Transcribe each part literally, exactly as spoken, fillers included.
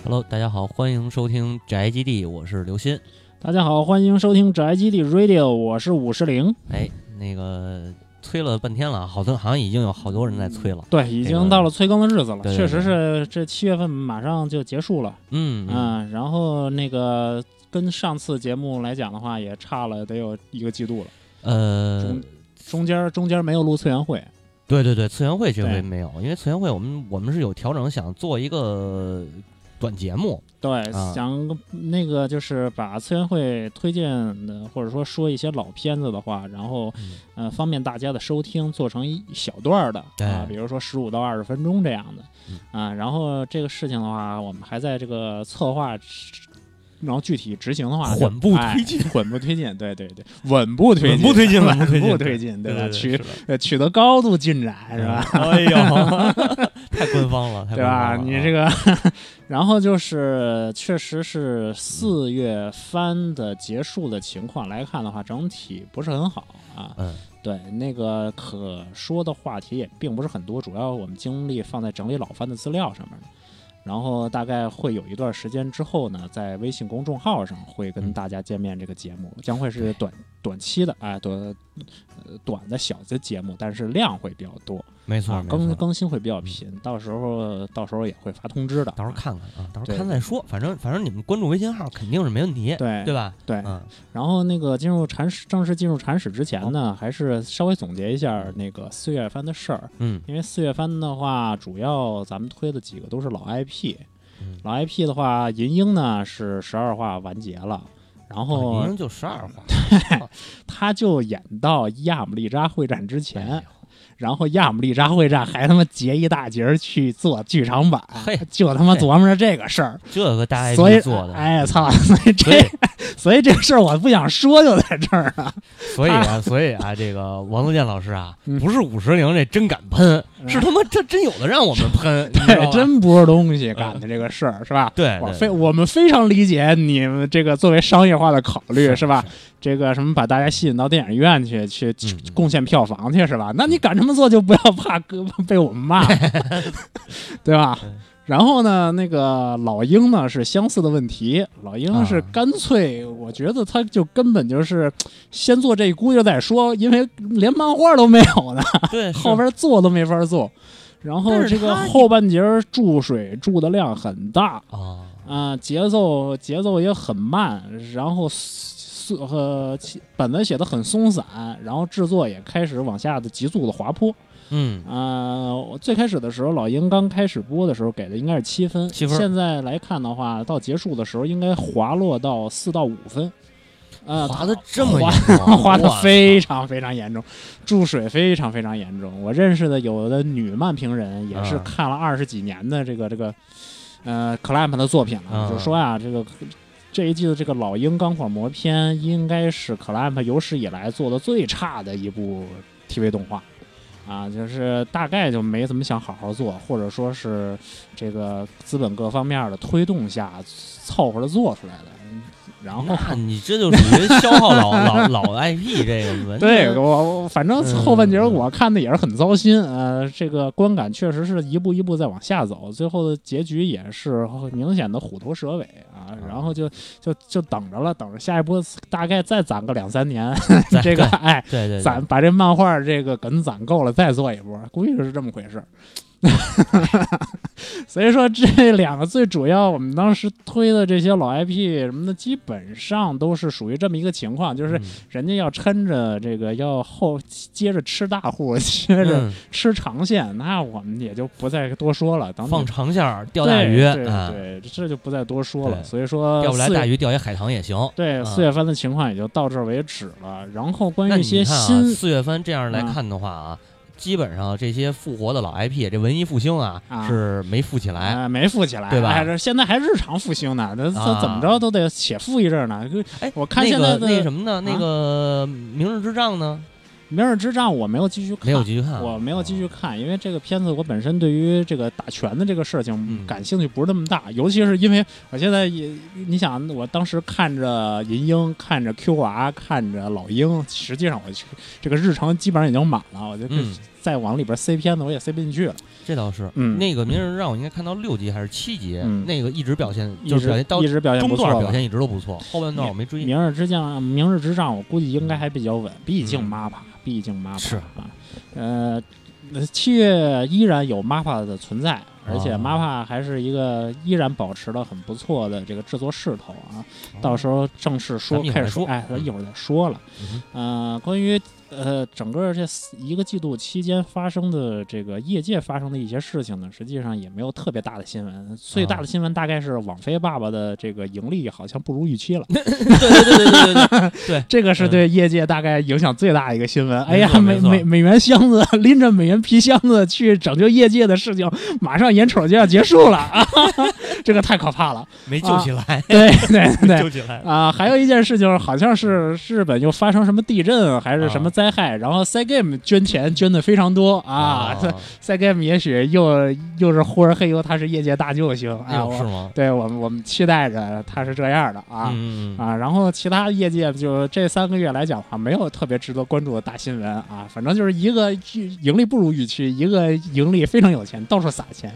Hello， 大家好，欢迎收听宅基地，我是刘鑫。 大家好，欢迎收听宅基地 Radio， 我是五十铃。 哎，那个催了半天了，好多好像已经有好多人在催了。 对，已经到了催更的日子了。 这个、 确实是这七月份马上就结束了。 嗯嗯，然后那个跟上次节目来讲的话，也差了得有一个季度了。 呃， 中中间中间没有录次元会。 对对对，次元会这回没有，因为次元会我们我们是有调整，想做一个短节目。 对、 啊， 想那个就是把次元会推荐的，或者说说一些老片子的话，然后、嗯、呃方便大家的收听，做成一小段的啊，比如说十五到二十分钟这样的、嗯、啊。然后这个事情的话，我们还在这个策划。然后具体执行的话， 缓步推进， 哎、缓步推进，对对对，稳步推进， 稳步推进， 稳步推进，对吧？取取得高度进展，是吧？ 哎呦，太官方了， 对吧？你这个，然后就是确实是四月番的结束的情况来看的话，整体不是很好啊。 嗯， 对，那个可说的话题也并不是很多，主要我们精力放在整理老番的资料上面。然后大概会有一段时间之后呢，在微信公众号上会跟大家见面。这个节目将会是短短期的，哎，短呃短的小的节目，但是量会比较多。 没错， 啊、更更新会比较频，嗯、到时候到时候也会发通知的。 到时候看看啊，到时候看再说。反正反正你们关注微信号肯定是没问题， 对对吧？ 对。 嗯。 然后那个进入铲屎正式进入铲屎之前呢，哦、还是稍微总结一下那个四月番的事儿。 嗯。 因为四月番的话，主要咱们推的几个都是老 I P。 嗯、 老 I P 的话，银鹰呢是十二话完结了。然后银鹰、哦、就十二话， 他就演到亚姆利扎会战之前。哎，然后亚姆利扎会战还他妈结一大节去做剧场版，就他妈琢磨着这个事儿， 这个大 I P 做的， 哎操！所以这所以这个事儿我不想说，就在这儿啊。 所以啊，所以啊，这个王自健老师啊，嗯、不是五十铃这真敢喷，嗯、是他妈这真有的让我们喷， 对，真不是东西干的这个事儿、嗯、是吧？ 对， 我非我们非常理解你们这个作为商业化的考虑 是, 是吧？是这个什么把大家吸引到电影院去去贡献票房去是吧？那你敢这么做就不要怕被我们骂，对吧？然后呢，那个老鹰呢是相似的问题，老鹰是干脆，啊、我觉得他就根本就是先做这一估就再说，因为连漫画都没有呢， 对， 后边做都没法做。然后这个后半截注水注的量很大啊，呃，节奏节奏也很慢，然后呃本子写的很松散，然后制作也开始往下的急速的滑坡。 嗯呃，最开始的时候，老鹰刚开始播的时候给的应该是七分， 七分。 现在来看的话，到结束的时候应该滑落到四到五分，呃， 滑的这么严重，滑的非常非常严重，注水非常非常严重。我认识的有的女漫评人也是看了二十几年的这个、嗯、这个呃 Clamp 的作品了，嗯、就说啊，这个这一季的这个老鹰钢火魔篇应该是 Clamp 有史以来做的最差的一部 T V 动画。啊，就是大概就没怎么想好好做，或者说是这个资本各方面的推动下凑合着做出来的。然后你这就属于消耗老老老 I P 这个。 对我，反正后半截我看的也是很糟心，嗯、呃，这个观感确实是一步一步在往下走，最后的结局也是明显的虎头蛇尾啊。然后就就就等着了，等着下一波，大概再攒个两三年，这个哎， 对 对, 对， 攒把这漫画这个梗攒够了再做一波，估计是这么回事。所以说这两个最主要我们当时推的这些老 I P 什么的基本上都是属于这么一个情况，就是人家要撑着这个要后接着吃大户接着吃长线、嗯、那我们也就不再多说了，等放长线钓大鱼， 对 对, 对、嗯、这就不再多说了。所以说钓不来大鱼钓一海棠也行。 对，四月份的情况也就到这儿为止了。然后关于一些新四、啊、月份这样来看的话啊、嗯，基本上这些复活的老 I P， 这文艺复兴啊，啊是没复起来、 呃，没复起来， 对吧？ 还现在还日常复兴呢，那、啊、怎么着都得且复一阵呢。 哎， 我看现在的、 那个、那什么呢？那个《明日之仗》呢？ 明日之仗我没有继续看， 没有继续看， 我没有继续看，因为这个片子我本身对于这个打拳的这个事情感兴趣不是那么大，嗯、尤其是因为我现在也，你想，我当时看着银鹰，看着 Q R， 看着老鹰，实际上我这个日程基本上已经满了，我就。嗯再往里边塞片子我也塞不进去了。 这倒是， 嗯， 那个《明日之让》我应该看到六集还是七集， 嗯、 那个一直表现， 一就是表现到一直表现不错， 中段表现一直都不错，后半段我没追。 明日之将，明日之仗，我估计应该还比较稳，毕竟 M A P A，、嗯、毕竟 M A P A 是啊，呃，七月依然有 M A P A 的存在。而且 M A P A 还是一个依然保持了很不错的这个制作势头啊，哦、到时候正式说开始说，哎，一会儿再说了。嗯、呃，关于呃整个这一个季度期间发生的这个业界发生的一些事情呢，实际上也没有特别大的新闻。最大的新闻大概是网飞爸爸的这个盈利好像不如预期了。 对对对对对对对，对这个是对业界大概影响最大的一个新闻。 嗯、 哎呀，美美美元箱子拎着美元皮箱子去拯救业界的事情，马上眼瞅就要结束了啊！这个太可怕了， 没救起来。啊、 对对对， 救起来啊！还有一件事情，好像是日本又发生什么地震还是什么灾害，啊、然后 Cygame 捐钱捐的非常多啊。Cygame 也许又又是忽而嘿呦，他是业界大救星啊！ 是吗？ 对我们我们期待着他是这样的啊、 嗯、 啊！然后其他业界就这三个月来讲的话，没有特别值得关注的大新闻啊。反正就是一个盈利不如预期，一个盈利非常有钱，到处撒钱。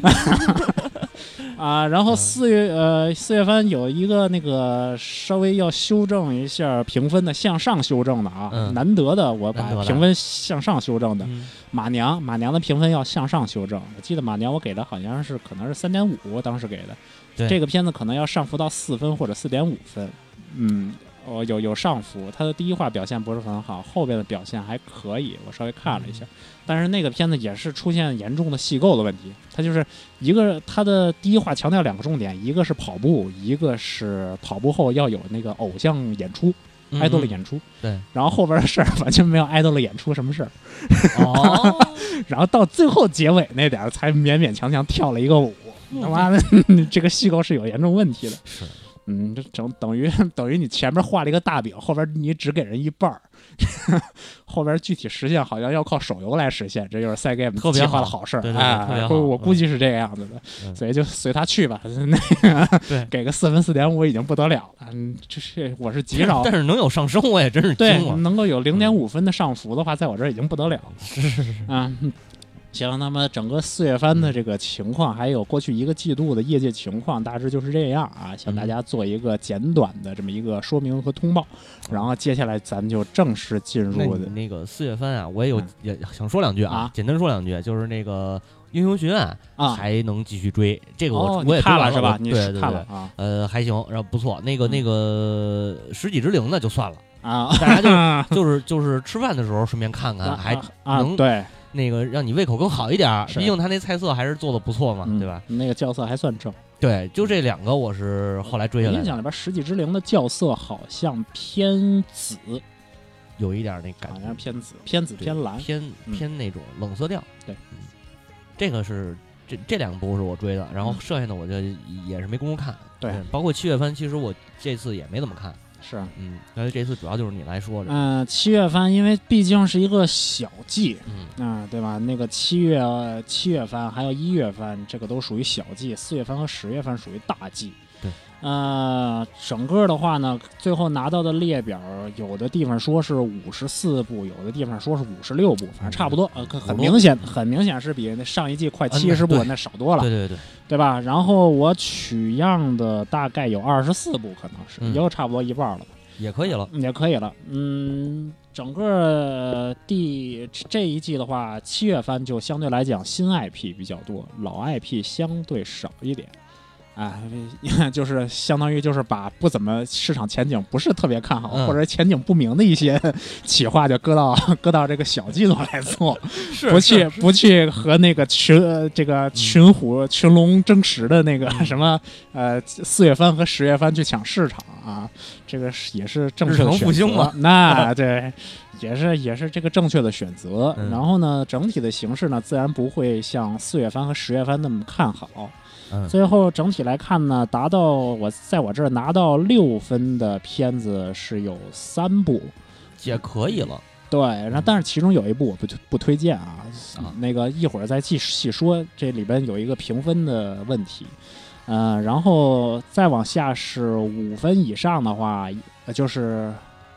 啊，然后四月呃四月份有一个那个稍微要修正一下评分的向上修正的啊， 嗯、 难得的我把评分向上修正的。 嗯、 马娘马娘的评分要向上修正，我记得马娘我给的好像是可能是三点五，我当时给的，这个片子可能要上浮到四分或者四点五分，嗯。哦，有有上浮，他的第一话表现不是很好，后边的表现还可以，我稍微看了一下，但是那个片子也是出现严重的戏构的问题。他就是一个他的第一话强调两个重点，一个是跑步，一个是跑步后要有那个偶像演出， 嗯、 爱豆的演出。 对， 然后后边的事儿完全没有爱豆的演出什么事儿。 哦， 然后到最后结尾那点才勉勉强强跳了一个舞，他妈的，这个戏构是有严重问题的。 是。 嗯，这整等于等于你前面画了一个大饼，后边你只给人一半儿，后边具体实现好像要靠手游来实现，这就是赛 game 计划的好事儿，哎， 特别好。 我估计是这个样子的， 嗯、 所以就随他去吧。那个对， 给个四分四点五已经不得了了。嗯，这是我是极少， 但是能有上升，我也真是惊了。 对，能够有零点五分的上浮的话，在我这儿已经不得了了。 是是是啊。行，那么整个四月番的这个情况，还有过去一个季度的业界情况，大致就是这样啊，向大家做一个简短的这么一个说明和通报。然后接下来咱们就正式进入的那个四月番啊，我也有、嗯、也想说两句啊， 啊简单说两句，就是那个英雄学院还能继续追， 啊、 这个我、 哦、 我也看了是吧？你对对看了啊？ 呃，还行，然后不错。那个、嗯、那个十几之灵的就算了啊， 大家就就是就是吃饭的时候顺便看看， 啊、 还能、 啊、对。 那个让你胃口更好一点，毕竟他那菜色还是做的不错嘛， 嗯、 对吧？ 那个校色还算正。 对，就这两个我是后来追下来的。 印象里边，十几之灵的校色好像偏紫， 有一点那感觉， 好像偏紫、偏紫偏蓝、 偏偏那种冷色调。 对， 嗯，这个是这这两部是我追的，然后剩下的我就也是没工夫看。 对， 包括七月份，其实我这次也没怎么看。 是， 嗯，因为这次主要就是你来说着。 嗯、呃，七月番因为毕竟是一个小季， 嗯啊、呃，对吧？那个七月七月番还有一月番，这个都属于小季，四月番和十月番属于大季。 对， 呃，整个的话呢，最后拿到的列表，有的地方说是五十四部，有的地方说是五十六部，反正差不多，呃，很明显，很明显是比那上一季快七十部、 嗯、 那少多了。 对对对， 对吧？然后我取样的大概有二十四部，可能是、嗯、也有差不多一半了吧。 也可以了， 也可以了。嗯，整个第这一季的话，七月番就相对来讲新 I P 比较多，老 I P 相对少一点。啊，就是相当于就是把不怎么市场前景不是特别看好、 嗯、 或者前景不明的一些企划就搁到搁到这个小季度来做， 是不去不去和那个群这个群虎、嗯、群龙争食的那个什么、嗯、呃四月番和十月番去抢市场啊，这个也是正确的选择嘛。 那对。也是也是这个正确的选择、 嗯， 然后呢，整体的形势呢，自然不会像四月番和十月番那么看好。 嗯、 最后整体来看呢，达到我在我这儿拿到六分的片子是有三部， 也可以了。 对，然后但是其中有一部我不不推荐啊， 啊那个一会儿再细细说，这里边有一个评分的问题。呃，然后再往下是五分以上的话，就是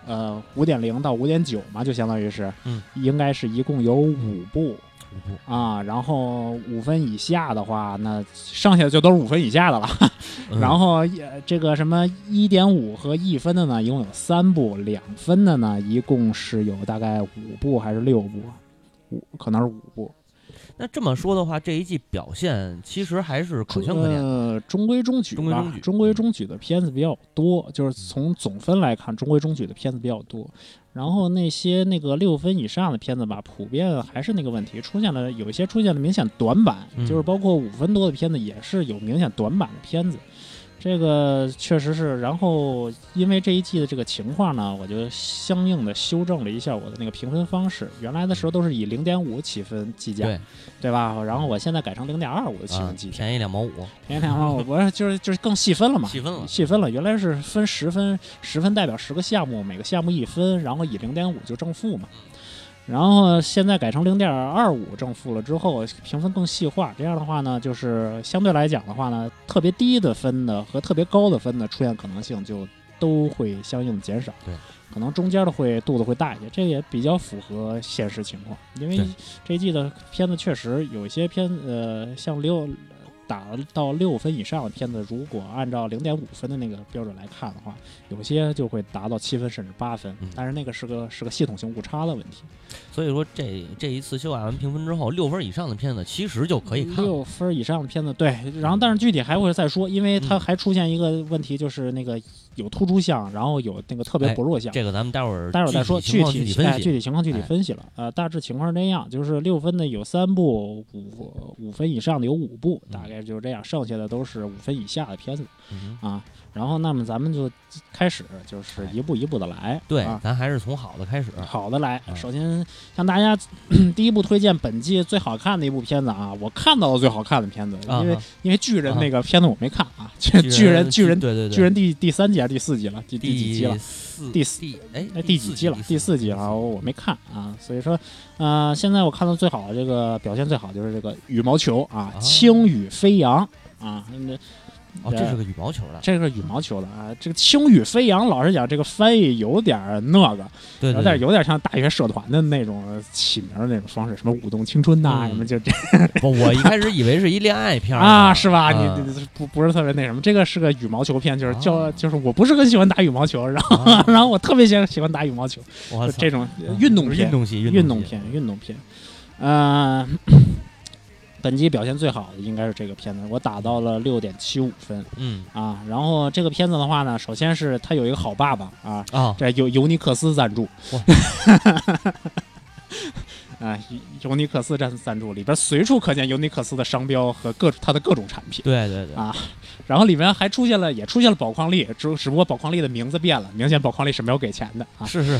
呃五点零到五点九嘛，就相当于是， 嗯，应该是一共有五部。 五部啊，然后五分以下的话，那剩下的就都是五分以下的了。 嗯、 然后这个什么一点五和一分的呢，一共有三部；两分的呢，一共是有大概五部还是六部？五可能是五部。 那这么说的话，这一季表现其实还是可圈可点。 呃，中规中矩吧，中规中矩，中规中矩的片子比较多，就是从总分来看，中规中矩的片子比较多。然后那些那个六分以上的片子吧，普遍还是那个问题，出现了有一些出现了明显短板， 嗯、 就是包括五分多的片子也是有明显短板的片子。这个确实是，然后因为这一季的这个情况呢，我就相应的修正了一下我的那个评分方式。原来的时候都是以零点五起分计价， 对对吧？然后我现在改成零点二五的起分计价， 啊，便宜两毛五， 便宜两毛五，不是就是就是更细分了嘛？ 细分了， 细分了。原来是分十分，十分代表十个项目，每个项目一分，然后以零点五就正负嘛。然后现在改成零点二五正负了之后，评分更细化。这样的话呢，就是相对来讲的话呢，特别低的分的和特别高的分的出现可能性就都会相应减少。 对， 可能中间的会度子会大一些，这个也比较符合现实情况。因为这一季的片子确实有一些片呃，像六打到六分以上的片子，如果按照零点五分的那个标准来看的话，有些就会达到七分甚至八分， 嗯、 但是那个是个是个系统性误差的问题。 所以说这这一次修改完评分之后，六分以上的片子其实就可以看。 六分以上的片子，对，然后但是具体还会再说，因为它还出现一个问题，就是那个有突出项，然后有那个特别薄弱项。 哎、这个咱们待会儿待会儿再说具体体分析、 哎、具体情况具体分析了。哎、呃，大致情况是这样，就是六分的有三部，五五分以上的有五部，大概就是这样，剩下的都是五分以下的片子、 嗯、 啊。然后，那么咱们就开始，就是一步一步的来。 对、 啊， 咱还是从好的开始。 好的来， 嗯、 首先向大家第一部推荐本季最好看的一部片子啊，我看到的最好看的片子， 啊、 因为因为巨人那个片子我没看啊， 巨人巨人巨人对对对， 巨人第第三季还是第四季了？第第几季了？第四哎哎第几季了？第四季了，我没看啊，所以说，呃，现在我看到最好的这个表现最好就是这个羽毛球啊，轻羽飞扬啊，那。 哦，这是个羽毛球的， 这个是羽毛球的啊。这个轻羽飞扬，老实讲，这个翻译有点那个， 对， 有点有点像大学社团的那种起名的那种方式，什么舞动青春呐、啊， 嗯、 什么就这。 不，我一开始以为是一恋爱片啊，是吧？ 嗯、 你不不是特别那什么，这个是个羽毛球片，就是叫、啊、就是我不是很喜欢打羽毛球，然后、啊、然后我特别喜喜欢打羽毛球，这种运动片、 运动系、 运动片、运动片，呃。本季表现最好的应该是这个片子，我打到了六点七五分。 嗯啊，然后这个片子的话呢，首先是他有一个好爸爸啊， 啊这尤尤尼克斯赞助。啊，尤尼克斯赞赞助里边随处可见尤尼克斯的商标和各它的各种产品。 对对对啊，然后里面还出现了，也出现了宝矿力，只只不过宝矿力的名字变了，明显宝矿力是没有给钱的啊。 是是，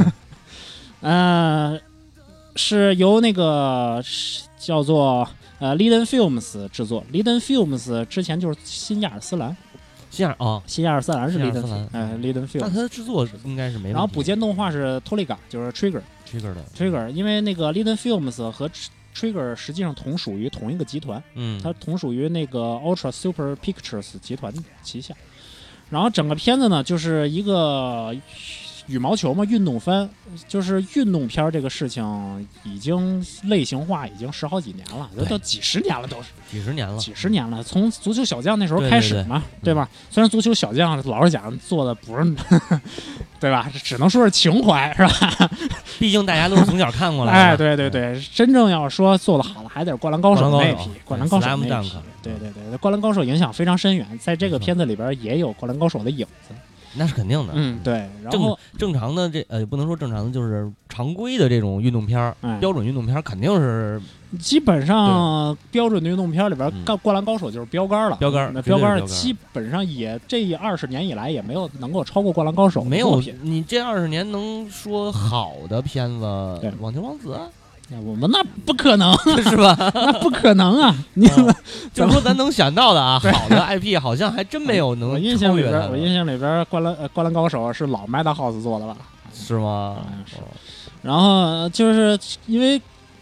嗯、呃，是由那个叫做。呃 ，Liden Films 制作 ，Liden Films 之前就是新亚尔斯兰， 新亚啊， 新亚尔斯兰是 Liden， 呃 ，Liden Films， 那它的制作应该是没问题。 然后补件动画是 Toliga， 就是 Trigger，Trigger Trigger 的 Trigger， 因为那个 Liden Films 和 Trigger 实际上同属于同一个集团， 嗯， 它同属于那个 Ultra Super Pictures 集团旗下。然后整个片子呢，就是一个。羽毛球嘛，运动番，就是运动片这个事情已经类型化，已经十好几年了，都都几十年了，都是几十年了， 几十年了。从足球小将那时候开始嘛，对, 对, 对, 对吧？虽然足球小将老实讲做的不是，对吧？只能说是情怀，是吧？ 毕竟大家都是从小看过来的。 哎，对对对，嗯、真正要说做的好的，还得是《灌篮高手》那批，《灌篮高手》那批。对对对，《灌篮高手》影响非常深远，在这个片子里边也有《灌篮高手》的影子。 那是肯定的， 嗯，对。然后正正常的这呃，不能说正常的，就是常规的这种运动片儿， 哎、 标准运动片儿肯定是基本上标准的运动片里边，《灌篮高手》就是标杆了， 标杆， 标杆基本上也这二十年以来也没有能够超过《灌篮高手》。 没有，你这二十年能说好的片子， 对， 《网球王子》。 我们那不可能是吧？ 那不可能啊！你们、 嗯、就是说咱能想到的啊，好的 I P 好像还真没有能我印象里边，我印象里边，灌篮呃灌篮高手是老 Madhouse 做的吧？ 是吗？ 是。然后就是因为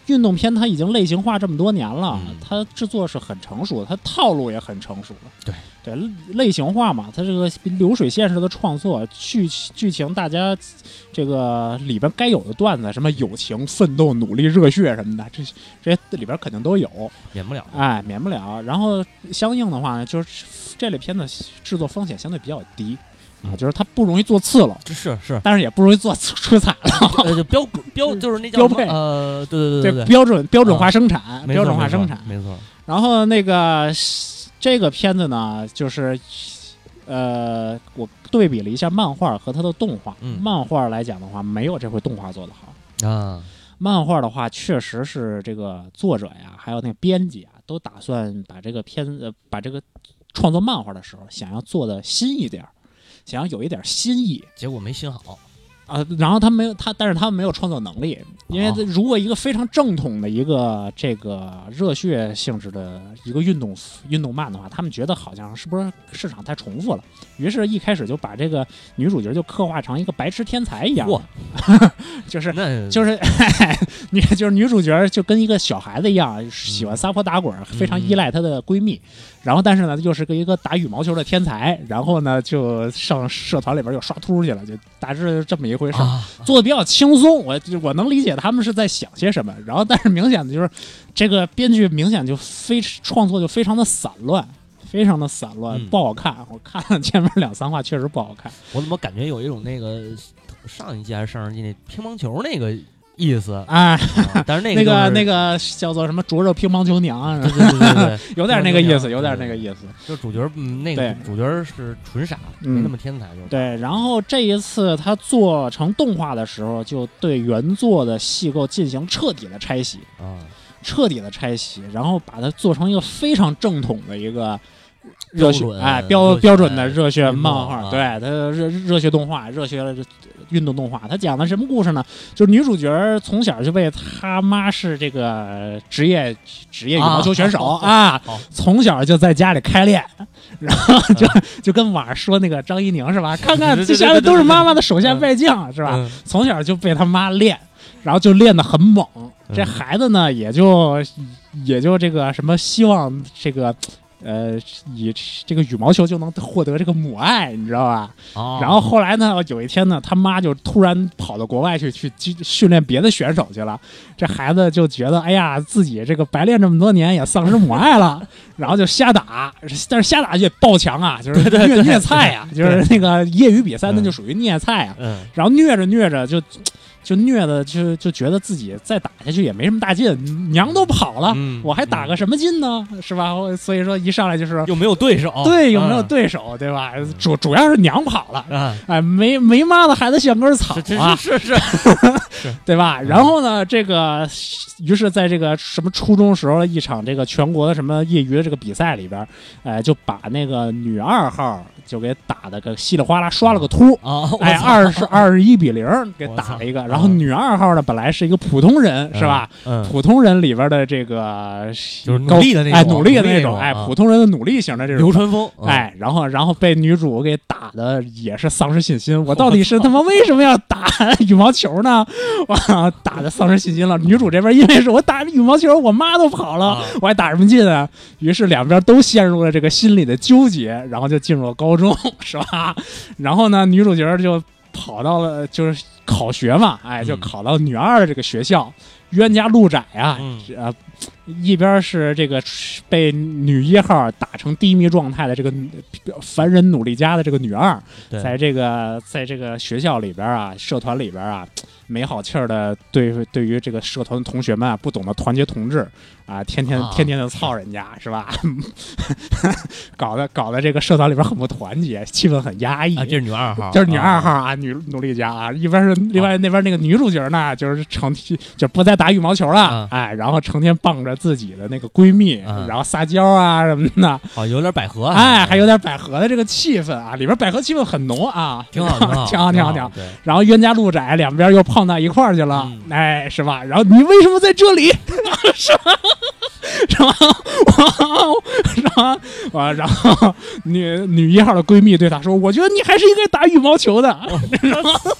运动片它已经类型化这么多年了， 嗯、 它制作是很成熟，它套路也很成熟了。 对对，类型化嘛，它这个流水线式的创作，剧剧情大家这个里边该有的段子，什么友情、奋斗、努力、热血什么的，这这些里边肯定都有， 免不了， 哎，免不了。然后相应的话呢，就是这类片子制作风险相对比较低。啊，就是它不容易做次了， 是是， 但是也不容易做出彩了。 呃，就标标就是那叫标配， 呃，对对对对，标准标准化生产， 啊、 标准化生产， 没错。 然后那个这个片子呢，就是呃，我对比了一下漫画和它的动画， 嗯、 漫画来讲的话，没有这回动画做得好啊。 漫画的话，确实是这个作者呀，还有那个编辑啊，都打算把这个片子，把这个创作漫画的时候，想要做的新一点。想要有一点新意， 结果没新好啊。然后他没有他，但是他没有创作能力，因为如果一个非常正统的一个这个热血性质的一个运动运动漫的话，他们觉得好像是不是市场太重复了，于是一开始就把这个女主角就刻画成一个白痴天才一样，就是就是女就是女主角就跟一个小孩子一样，喜欢撒泼打滚，非常依赖她的闺蜜。然后，但是呢，又是个一个打羽毛球的天才，然后呢，就上社团里边又刷秃去了，就大致这么一回事，啊、做的比较轻松。我我能理解他们是在想些什么，然后但是明显的就是这个编剧明显就非创作就非常的散乱，非常的散乱， 嗯、 不好看。我看了前面两三话，确实不好看。 我怎么感觉有一种那个上一季还是上上季那乒乓球那个。意思啊， 但是那个、 就是、 那个那个叫做什么灼热乒乓球娘， 对对对对， 有点那个意思，有点那个意思。 就主角，嗯，那个主角是纯傻， 嗯、 没那么天才就。 对，然后这一次他做成动画的时候，就对原作的戏构进行彻底的拆洗啊， 彻底的拆洗，然后把它做成一个非常正统的一个。热血哎，标标准的热血漫画， 啊、 对它热热血动画，热血运动动画。它讲的什么故事呢？就是女主角从小就被她妈是这个职业职业羽毛球选手啊，啊从小就在家里开练，然后就、嗯、就跟网上说那个张怡宁是吧？看看这下面都是妈妈的手下败将是吧？ 嗯、 从小就被他妈练，然后就练得很猛。这孩子呢，也就也就这个什么希望这个。呃，以这个羽毛球就能获得这个母爱，你知道吧？ 哦、 然后后来呢，有一天呢，他妈就突然跑到国外去去训练别的选手去了。这孩子就觉得，哎呀，自己这个白练这么多年也丧失母爱了，然后就瞎打。但是瞎打也爆强啊，就是虐虐菜啊，就是那个业余比赛，那就属于虐菜啊。 嗯、 然后虐着虐着就。就虐的就就觉得自己再打下去也没什么大劲，娘都跑了， 嗯、 我还打个什么劲呢？嗯、是吧？所以说一上来就是又没有对手， 对，又没有对手，嗯、对吧？主主要是娘跑了， 嗯、 哎，没没妈的孩子像根草啊， 是是是，是对吧？然后呢，这个于是在这个什么初中时候的一场这个全国的什么业余的这个比赛里边，哎，就把那个女二号就给打的个稀里哗啦刷了个秃， 哦、 哎，二十二十一比零给打了一个。然后女二号呢，本来是一个普通人， 嗯、 是吧？ 嗯， 普通人里边的这个就是努力的那种， 哎，努力的那种， 哎，普通人的努力型的这种流川枫， 嗯、哎，然后然后被女主给打的也是丧失信心。我到底是他妈为什么要打羽毛球呢？我打的丧失信心了。女主这边因为是我打羽毛球，我妈都跑了， 啊、 我还打什么劲啊？于是两边都陷入了这个心理的纠结，然后就进入了高中，是吧？然后呢，女主角就。跑到了就是考学嘛，哎，就考到女二的这个学校，嗯、冤家路窄啊， 嗯、 呃，一边是这个被女一号打成低迷状态的这个凡人努力家的这个女二，在这个在这个学校里边啊，社团里边啊，没好气儿的对对于这个社团的同学们啊，不懂得团结同志啊，天天天天的操人家、啊、是吧？搞得搞得这个社团里边很不团结，气氛很压抑。 啊，这是女二号， 这是女二号啊，啊女努力家啊。一边是另外那边那个女主角呢，就是成天就不再打羽毛球了，啊、哎，然后成天傍着自己的那个闺蜜， 啊、 然后撒娇啊什么的。 哦，有点百合， 哎，还有点百合的这个气氛啊，里边百合气氛很浓啊， 挺好，挺好， 挺好，挺好，挺好。 对。 然后冤家路窄，两边又碰到一块儿去了， 嗯、 哎，是吧？然后你为什么在这里？是吧？是吧？然后啊，然后女女一号的闺蜜对她说：“我觉得你还是应该打羽毛球的。”然后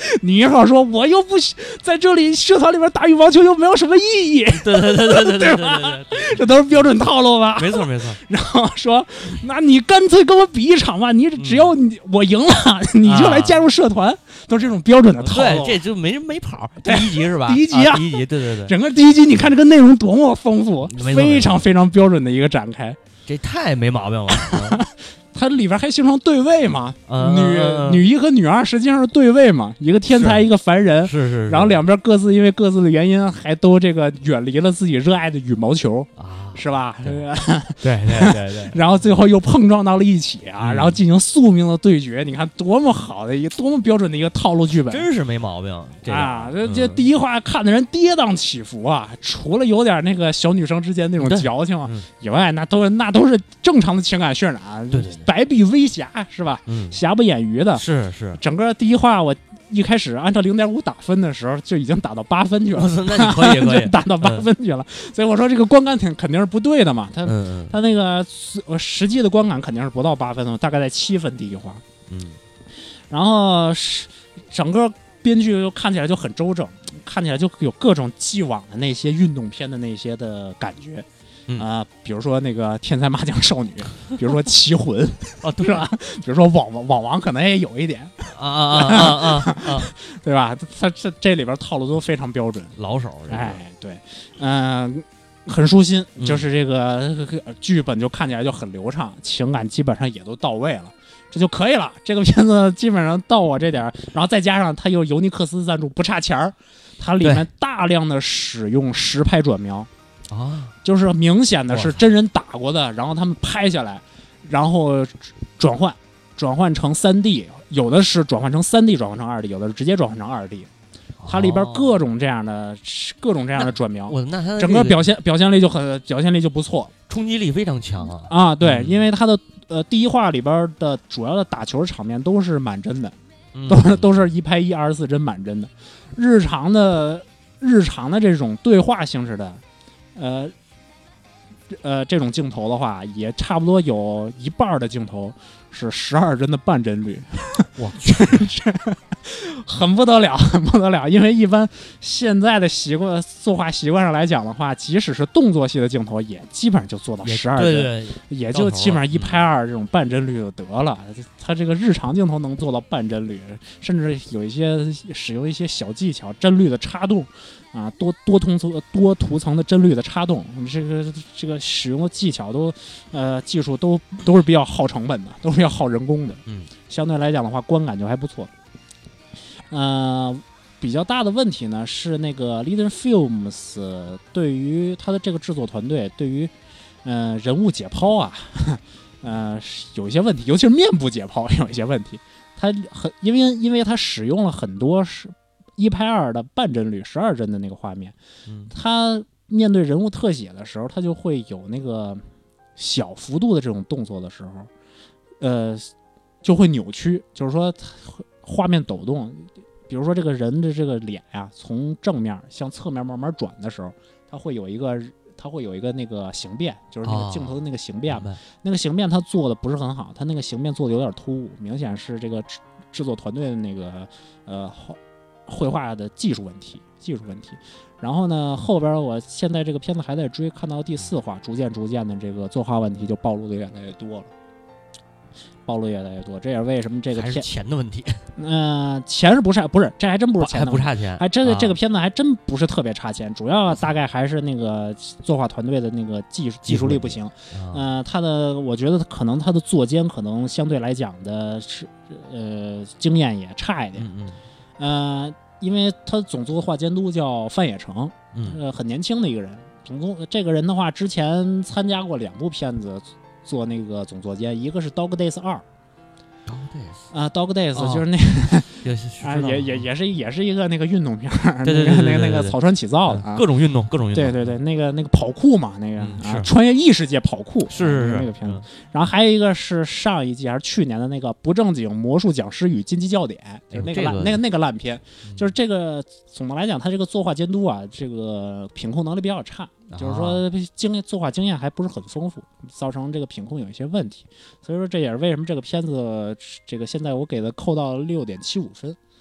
女一号说我又不在这里社团里边打羽毛球又没有什么意义， 对对对对对对对对， 这都是标准套路吧？ 没错没错。 然后说，那你干脆跟我比一场吧，你只要你、嗯、我赢了，你就来加入社团，啊、都是这种标准的套路。 对，这就没没跑。第一集是吧？ 第一集啊， 啊第一集，对对对， 整个第一集你看这个内容多么丰富，非常非常标准的一个展开， 这太没毛病了。嗯它里边还形成对位嘛？ 嗯、 女、 嗯、 女一和女二实际上是对位嘛，一个天才，一个凡人， 是 是, 是。 然后两边各自因为各自的原因，还都这个远离了自己热爱的羽毛球啊，是吧？ 对对对对对。 然后最后又碰撞到了一起啊， 嗯、 然后进行宿命的对决。你看多么好的一个，多么标准的一个套路剧本， 真是没毛病啊！这这第一话看的人跌宕起伏啊，除了有点那个小女生之间那种矫情嗯、 以外，那都是那都是正常的情感渲染， 对对对， 白璧微瑕。是吧？ 嗯， 瑕不掩瑜的， 是是。 整个第一话我一开始按照零点五打分的时候，就已经打到八分去了。 那你可以可以打到八分去了、嗯，所以我说这个观感肯肯定是不对的嘛。他、 嗯、 他那个实际的观感肯定是不到八分的，大概在七分第一话。 嗯，然后整个编剧又看起来就很周正，看起来就有各种既往的那些运动片的那些的感觉。啊、 嗯呃，比如说那个天才麻将少女，比如说棋魂， 哦， 是吧？比如说网网网王可能也有一点， 啊啊啊啊啊， 对吧？他这这里边套路都非常标准， 老手， 哎，对，嗯、呃，很舒心， 嗯、 就是这个剧本就看起来就很流畅，情感基本上也都到位了，这就可以了。这个片子基本上到我这点，然后再加上它有尤尼克斯赞助，不差钱儿，它里面大量的使用实拍转描。 啊， 就是明显的是真人打过的，然后他们拍下来，然后转换，转换成三 D， 有的是转换成三 D， 转换成二 D， 有的是直接转换成二 D， 它里边各种这样的、哦、各种这样的转描， 我那它整个表现表现力就很表现力就不错， 冲击力非常强啊！ 啊，对， 嗯、 因为它的呃第一话里边的主要的打球场面都是满帧的， 嗯、 都是都是一拍一二十四帧满帧的，日常的日常的这种对话形式的。呃，呃，这种镜头的话，也差不多有一半的镜头是十二帧的半帧率， 哇， 很不得了，很不得了。因为一般现在的习惯作画习惯上来讲的话，即使是动作戏的镜头，也基本上就做到十二帧， 对对， 也就基本上一拍二这种半帧率就得了。它这个日常镜头能做到半帧率，甚至有一些使用一些小技巧，帧率的插动。啊，多多通层多图层的帧率的插动，这个这个使用的技巧都，呃，技术都都是比较耗成本的，都是要耗人工的。 嗯， 相对来讲的话，观感就还不错。呃，比较大的问题呢是那个 Leader Films 对于他的这个制作团队，对于呃人物解剖啊，呃有一些问题，尤其是面部解剖有一些问题。他很因为因为他使用了很多是。一拍二的半帧率，十二帧的那个画面， 嗯， 他面对人物特写的时候，他就会有那个小幅度的这种动作的时候，呃，就会扭曲，就是说画面抖动。比如说这个人的这个脸呀、啊，从正面向侧面慢慢转的时候，它会有一个，它会有一个那个形变，就是那个镜头的那个形变， 哦、 那个形变它做的不是很好，它那个形变做的有点突兀，明显是这个制制作团队的那个呃。绘画的技术问题，技术问题。然后呢，后边我现在这个片子还在追，看到第四话，逐渐逐渐的这个作画问题就暴露的越来越多了，暴露越来越多。这也是为什么这个片还是钱的问题。 嗯、呃，钱是不差，不是，这还真不是钱的问题， 还不差钱， 还真的、 啊、 这个片子还真不是特别差钱，主要大概还是那个作画团队的那个技术技术力不行。嗯、呃，他的我觉得可能他的作监可能相对来讲的是呃经验也差一点。 嗯嗯。 呃，因为他总作画监督叫范野成， 嗯， 呃，很年轻的一个人。总共这个人的话，之前参加过两部片子做那个总作监，一个是《Dog Days 二》 ，Dog Days 啊，《Dog Days》就是那个， 啊，也也也是也是一个那个运动片， 对对对， 那个那个草川启造的啊， 各种运动，各种运动， 对对对，那个那个跑酷嘛，那个啊， 穿越异世界跑酷， 是是是那个片子。然后还有一个是上一季还是去年的那个不正经魔术讲师与金鸡教典，就是那个烂那个那个烂片，就是这个总的来讲，他这个作画监督啊，这个品控能力比较差。就是说经验作画经验还不是很丰富，造成这个品控有一些问题，所以说这也是为什么这个片子这个现在我给它扣到六点七五分，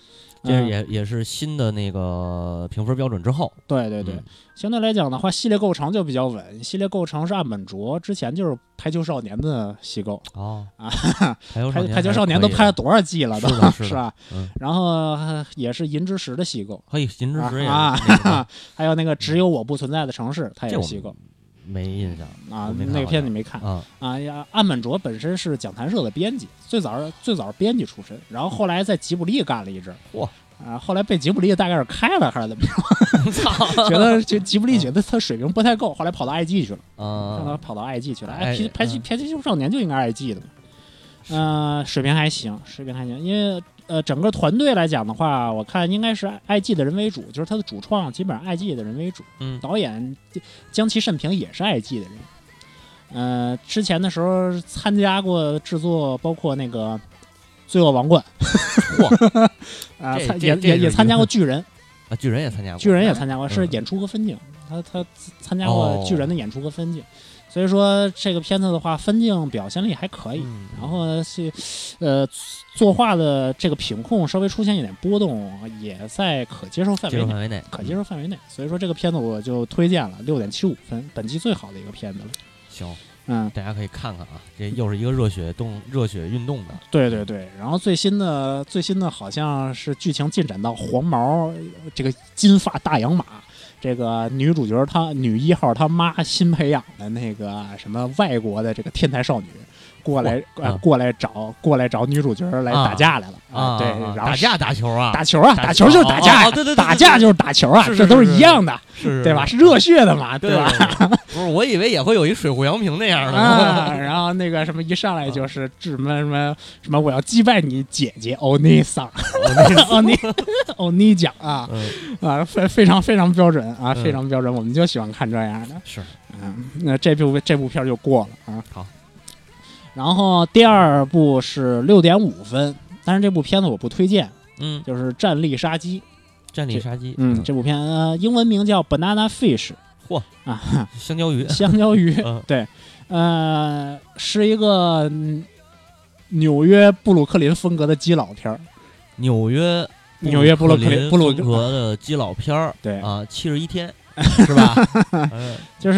这也也是新的那个评分标准之后。 对对对， 嗯、 相对来讲的话，系列构成就比较稳。系列构成是岸本卓之前就是排球少年的系构哦啊， 排球排球少年都拍了多少季了都是, 是吧？ 嗯、 然后也是银之石的系构， 嘿，银之石也是、 啊， 那个啊还有那个只有我不存在的城市，它也是系构。 没印象啊，那个片你没看啊？ 啊呀，岸本卓本身是讲谈社的编辑，最早最早是编辑出身，然后后来在吉卜力干了一阵， 哇啊，后来被吉卜力大概是开了还是怎么着？觉得就吉卜力觉得他水平不太够，后来跑到 I G 去了， 啊， 让他跑到 I G 去了。 哎， 排排排球少年就应该 I G 的嘛，嗯、呃，水平还行，水平还行，因为。呃，整个团队来讲的话，我看应该是 I G 的人为主，就是他的主创基本上 I G 的人为主。 嗯， 导演江崎慎平也是 I G 的人。呃，之前的时候参加过制作，包括那个《罪恶王冠》 嚯， 啊，也也也参加过巨人啊，巨人也参加过， 巨人也参加过， 嗯、 是演出和分镜，他他参加过巨人的演出和分镜。哦，所以说这个片子的话，分镜表现力还可以， 嗯、 然后是，呃，作画的这个品控稍微出现一点波动，也在可接受范围内， 范围内可接受范围内。所以说这个片子我就推荐了六点七五分，本季最好的一个片子了。 行， 嗯， 大家可以看看啊，这又是一个热血动、热血运动的。 对对对，然后最新的最新的好像是剧情进展到黄毛这个金发大洋马。这个女主角她女一号她妈新培养的那个什么外国的这个天才少女过来、 哦、 呃过来找过来找女主角来打架来了啊！ 对，然后打架打球啊， 打球啊，打球就是打架， 哦、对对对， 打架就是打球啊，这都是一样的， 是对吧？是热血的嘛，对吧？ 不是，我以为也会有一水户洋平那样的啊，然后那个什么一上来就是什么什么什么，我要击败你姐姐欧尼桑，欧尼欧尼酱啊啊，非非常非常标准啊，非常标准，我们就喜欢看这样的。 是， 嗯，那这部这部片就过了啊。 好， 然后第二部是六点五分，但是这部片子我不推荐， 嗯， 就是《战力杀机》。 战力杀机， 嗯，这部片呃英文名叫 Banana Fish。 嚯啊， 香蕉鱼， 香蕉鱼， 嗯、 对，呃，是一个纽约布鲁克林风格的基佬片儿。 纽约纽约布鲁克林布鲁克林的基佬片儿， 对啊，七十一天是吧？ 就是、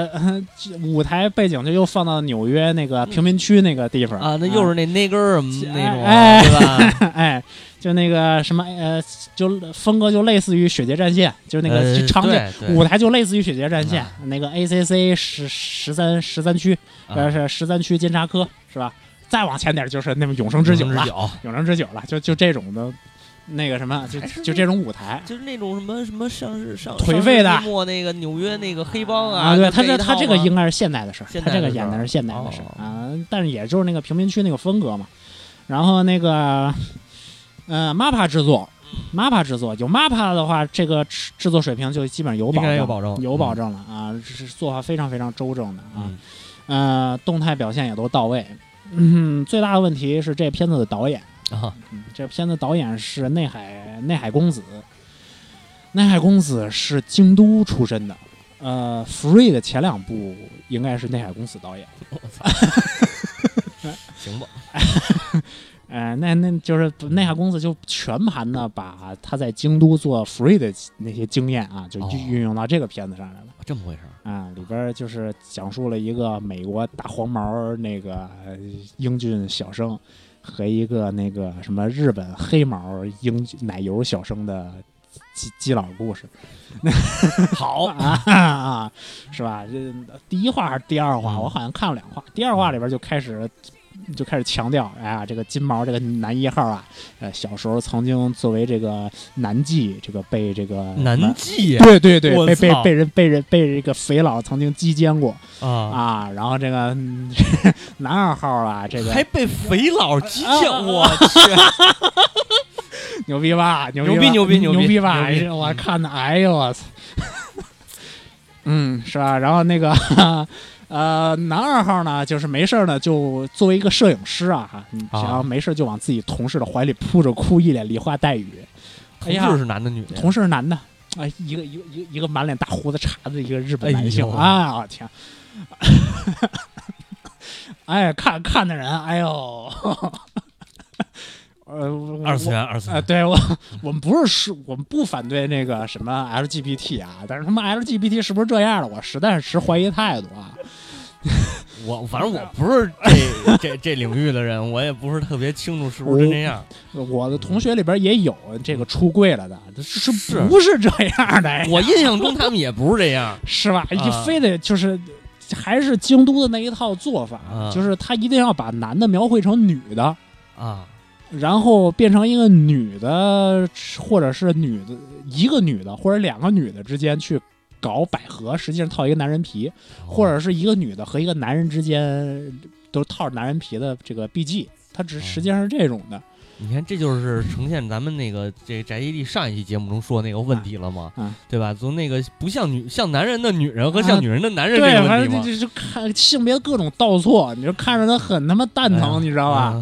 呃、舞台背景就又放到纽约那个贫民区那个地方、 嗯、啊，那又是那那根儿那种， 哎， 对吧？ 哎。就那个什么呃，就风格就类似于《雪街战线》，就是那个场景、 呃、 舞台就类似于《雪街战线》啊、那个 A C C 十十三十三区，呃、啊、是十三区监察科是吧？再往前点就是那么永生之酒了，永生之酒了，就就这种的。那个什么，就就这种舞台， 就是那种什么什么上市上颓废的末那个纽约那个黑帮啊， 啊对，他这他这个应该是现代的事儿， 他这个演的是现代的事儿、 哦、 啊，但是也就是那个贫民区那个风格嘛。然后那个，呃 ，M A P A 制作 ，M A P A 制作有 M A P A 的话，这个制作水平就基本上有保证， 有保证， 有保证了、嗯、啊，是做法非常非常周正的啊， 嗯、 呃，动态表现也都到位。嗯，最大的问题是这片子的导演。 啊、 嗯，这片子导演是内海内海公子，内海公子是京都出身的，呃 ，Free 的前两部应该是内海公子导演。 我操，行吧？ 呃，那那就是内海公子就全盘的把他在京都做 Free 的那些经验啊，就运用到这个片子上来了。 哦、这么回事啊？里边就是讲述了一个美国大黄毛那个英俊小生。和一个那个什么日本黑毛英奶油小生的基基佬故事， 好啊啊，是吧？这第一话还是第二话？我好像看了两话。第二话里边就开始就开始强调，哎呀，这个金毛这个男一号啊，呃，小时候曾经作为这个男妓，这个被这个男妓， 对对对，被被被人被人被这个肥佬曾经击奸过啊啊，然后这个、嗯、男二号啊，这个还被肥佬击奸，啊、我去， 牛逼吧？牛逼牛逼牛逼逼吧？我看的，哎呦我操，嗯，是吧？然后那个。呃，男二号呢，就是没事呢，就作为一个摄影师啊，然后没事就往自己同事的怀里扑着哭，一脸梨花带雨。 同事是男的女的？ 同事是男的，哎，一个一个一个一个满脸大胡子茬子一个日本男性，哎我天，哎，看看的人，哎呦， 呃， 二次元，二次元。 呃，对我，我们不是说我们不反对那个什么 L G B T 啊，但是他妈 L G B T 是不是这样的，我实在是持怀疑态度啊。 我反正我不是这这这领域的人，我也不是特别清楚是不是真这样。 我的同学里边也有这个出柜了的，是是不是这样的？ 我印象中他们也不是这样， 是吧？ 啊、 你非得就是还是京都的那一套做法， 啊、 就是他一定要把男的描绘成女的啊， 然后变成一个女的，或者是女的一个女的或者两个女的之间去搞百合，实际上套一个男人皮，或者是一个女的和一个男人之间都套着男人皮的这个 B G， 它只实际上是这种的。 你看，这就是呈现咱们那个这宅基地上一期节目中说那个问题了嘛， 啊啊、 对吧？从那个不像女像男人的女人和像女人的男人这个问题嘛、 啊、对， 反正就就看性别各种倒错，你就看着他很他妈蛋疼，哎、你知道吧？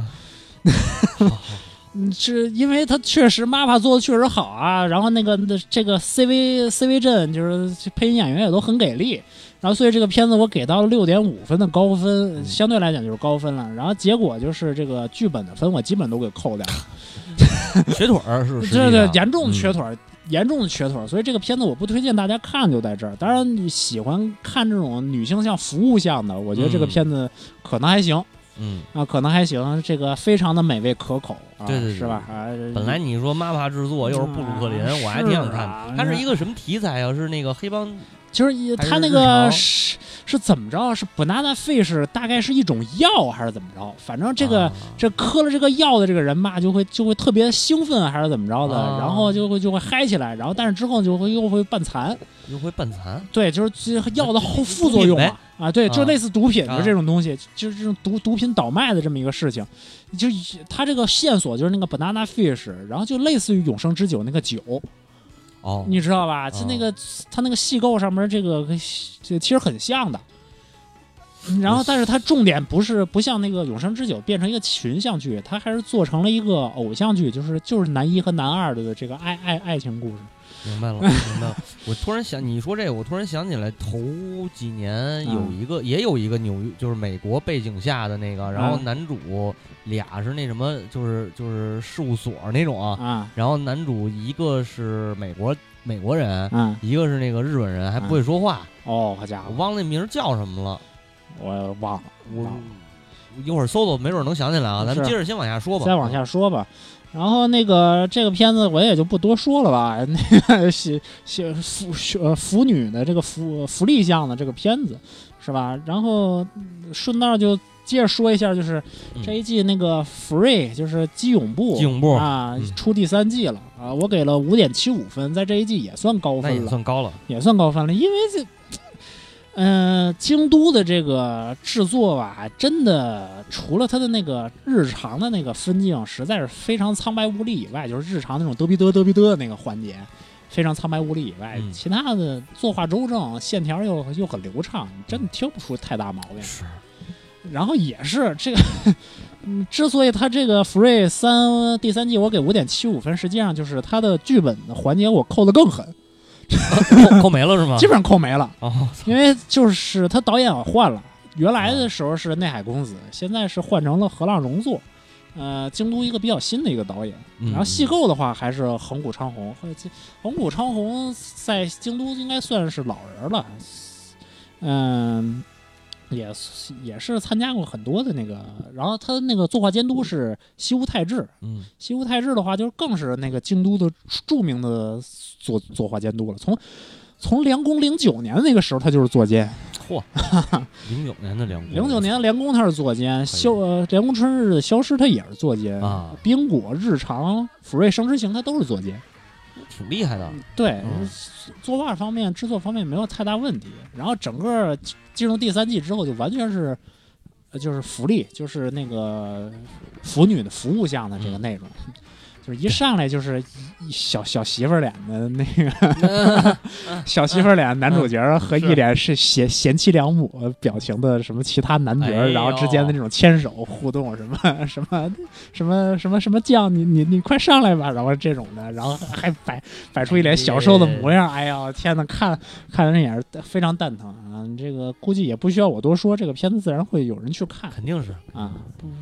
嗯，是因为他确实 M A P A 做的确实好啊，然后那个这个 C V C V 阵就是配音演员也都很给力，然后所以这个片子我给到了六点五分的高分， 嗯、 相对来讲就是高分了。然后结果就是这个剧本的分我基本都给扣掉了， 瘸腿儿是对对，严重的瘸腿， 嗯、 严重的瘸腿。所以这个片子我不推荐大家看，就在这儿。当然，你喜欢看这种女性向、服务向的，我觉得这个片子可能还行。 嗯啊，可能还行，这个非常的美味可口，啊、 对对对， 是吧？啊， 本来你说 M A P A 制作又是布鲁克林， 嗯、 我还挺想看。它是一个什么题材啊？是那个黑帮？ 就是他那个是是怎么着？是 banana fish 大概是一种药还是怎么着？反正这个、啊、这嗑了这个药的这个人吧，就会就会特别兴奋还是怎么着的，啊、然后就会就会嗨起来，然后但是之后就会又会半残， 又会半残。 对，就是药的后副作用嘛。啊，对，就类似毒品的这种东西，啊、就是这种毒毒品倒卖的这么一个事情，就它这个线索就是那个 banana fish， 然后就类似于永生之酒那个酒， 哦， 你知道吧？就那个、哦、它那个细构上面这个这其实很像的，然后但是它重点不是不像那个永生之酒变成一个群像剧，它还是做成了一个偶像剧，就是就是男一和男二的这个爱爱爱情故事。 明白了，明白了。我突然想，你说这个，我突然想起来，头几年有一个，嗯、也有一个纽约，就是美国背景下的那个，然后男主俩是那什么，就是就是事务所那种啊， 啊然后男主一个是美国美国人， 嗯， 一个是那个日本人，还不会说话。 嗯、哦，好家伙， 我忘了那名叫什么了， 我忘了， 我一会儿搜搜，没准能想起来啊。咱们接着先往下说吧， 再往下说吧。然后那个这个片子我也就不多说了吧，那个写写腐呃腐女的这个福福利项的这个片子是吧？然后顺道就接着说一下，就是这一季那个 Free 就是基永部， 基永部啊、嗯、出第三季了啊，我给了五点七五分，在这一季也算高分了， 也算高了， 也算高分了，因为这。嗯、呃，京都的这个制作吧，真的除了它的那个日常的那个分镜实在是非常苍白无力以外，就是日常那种嘚逼嘚嘚逼嘚那个环节非常苍白无力以外， 嗯、 其他的作画周正，线条又又很流畅，真的挑不出太大毛病。 是， 然后也是这个，嗯，之所以它这个 Free 三第三季我给五点七五分，实际上就是它的剧本的环节我扣得更狠。 扣扣没了是吗？ 基本上扣没了， 哦， 因为就是他导演我换了，原来的时候是内海公子，现在是换成了河浪荣作，呃，京都一个比较新的一个导演。 嗯、 然后细构的话还是横谷昌宏，横谷昌宏在京都应该算是老人了，嗯、呃，也也是参加过很多的那个，然后他那个作画监督是西屋泰治， 嗯， 西屋泰治的话就是更是那个京都的著名的作作画监督了，从从梁公零九年的那个时候他就是作监， 嚯，零九年的梁公， 零九年的梁公他是作监，消呃凉宫春日的消失他也是作监啊， 冰果日常福瑞生之行他都是作监， 挺厉害的。 对， 嗯、 作画方面、制作方面没有太大问题。然后整个进入第三季之后，就完全是，呃，就是福利，就是那个腐女的服务项的这个内容，嗯、就是一上来就是小小媳妇脸的那个小媳妇脸男主角和一脸是贤贤妻良母表情的什么其他男角， 哎、 然后之间的那种牵手互动，什么什么什么什么什么酱，你你你快上来吧，然后这种的，然后还摆摆出一脸小受的模样，哎呀天哪，看看人也是非常蛋疼啊！这个估计也不需要我多说，这个片子自然会有人去看， 肯定是啊。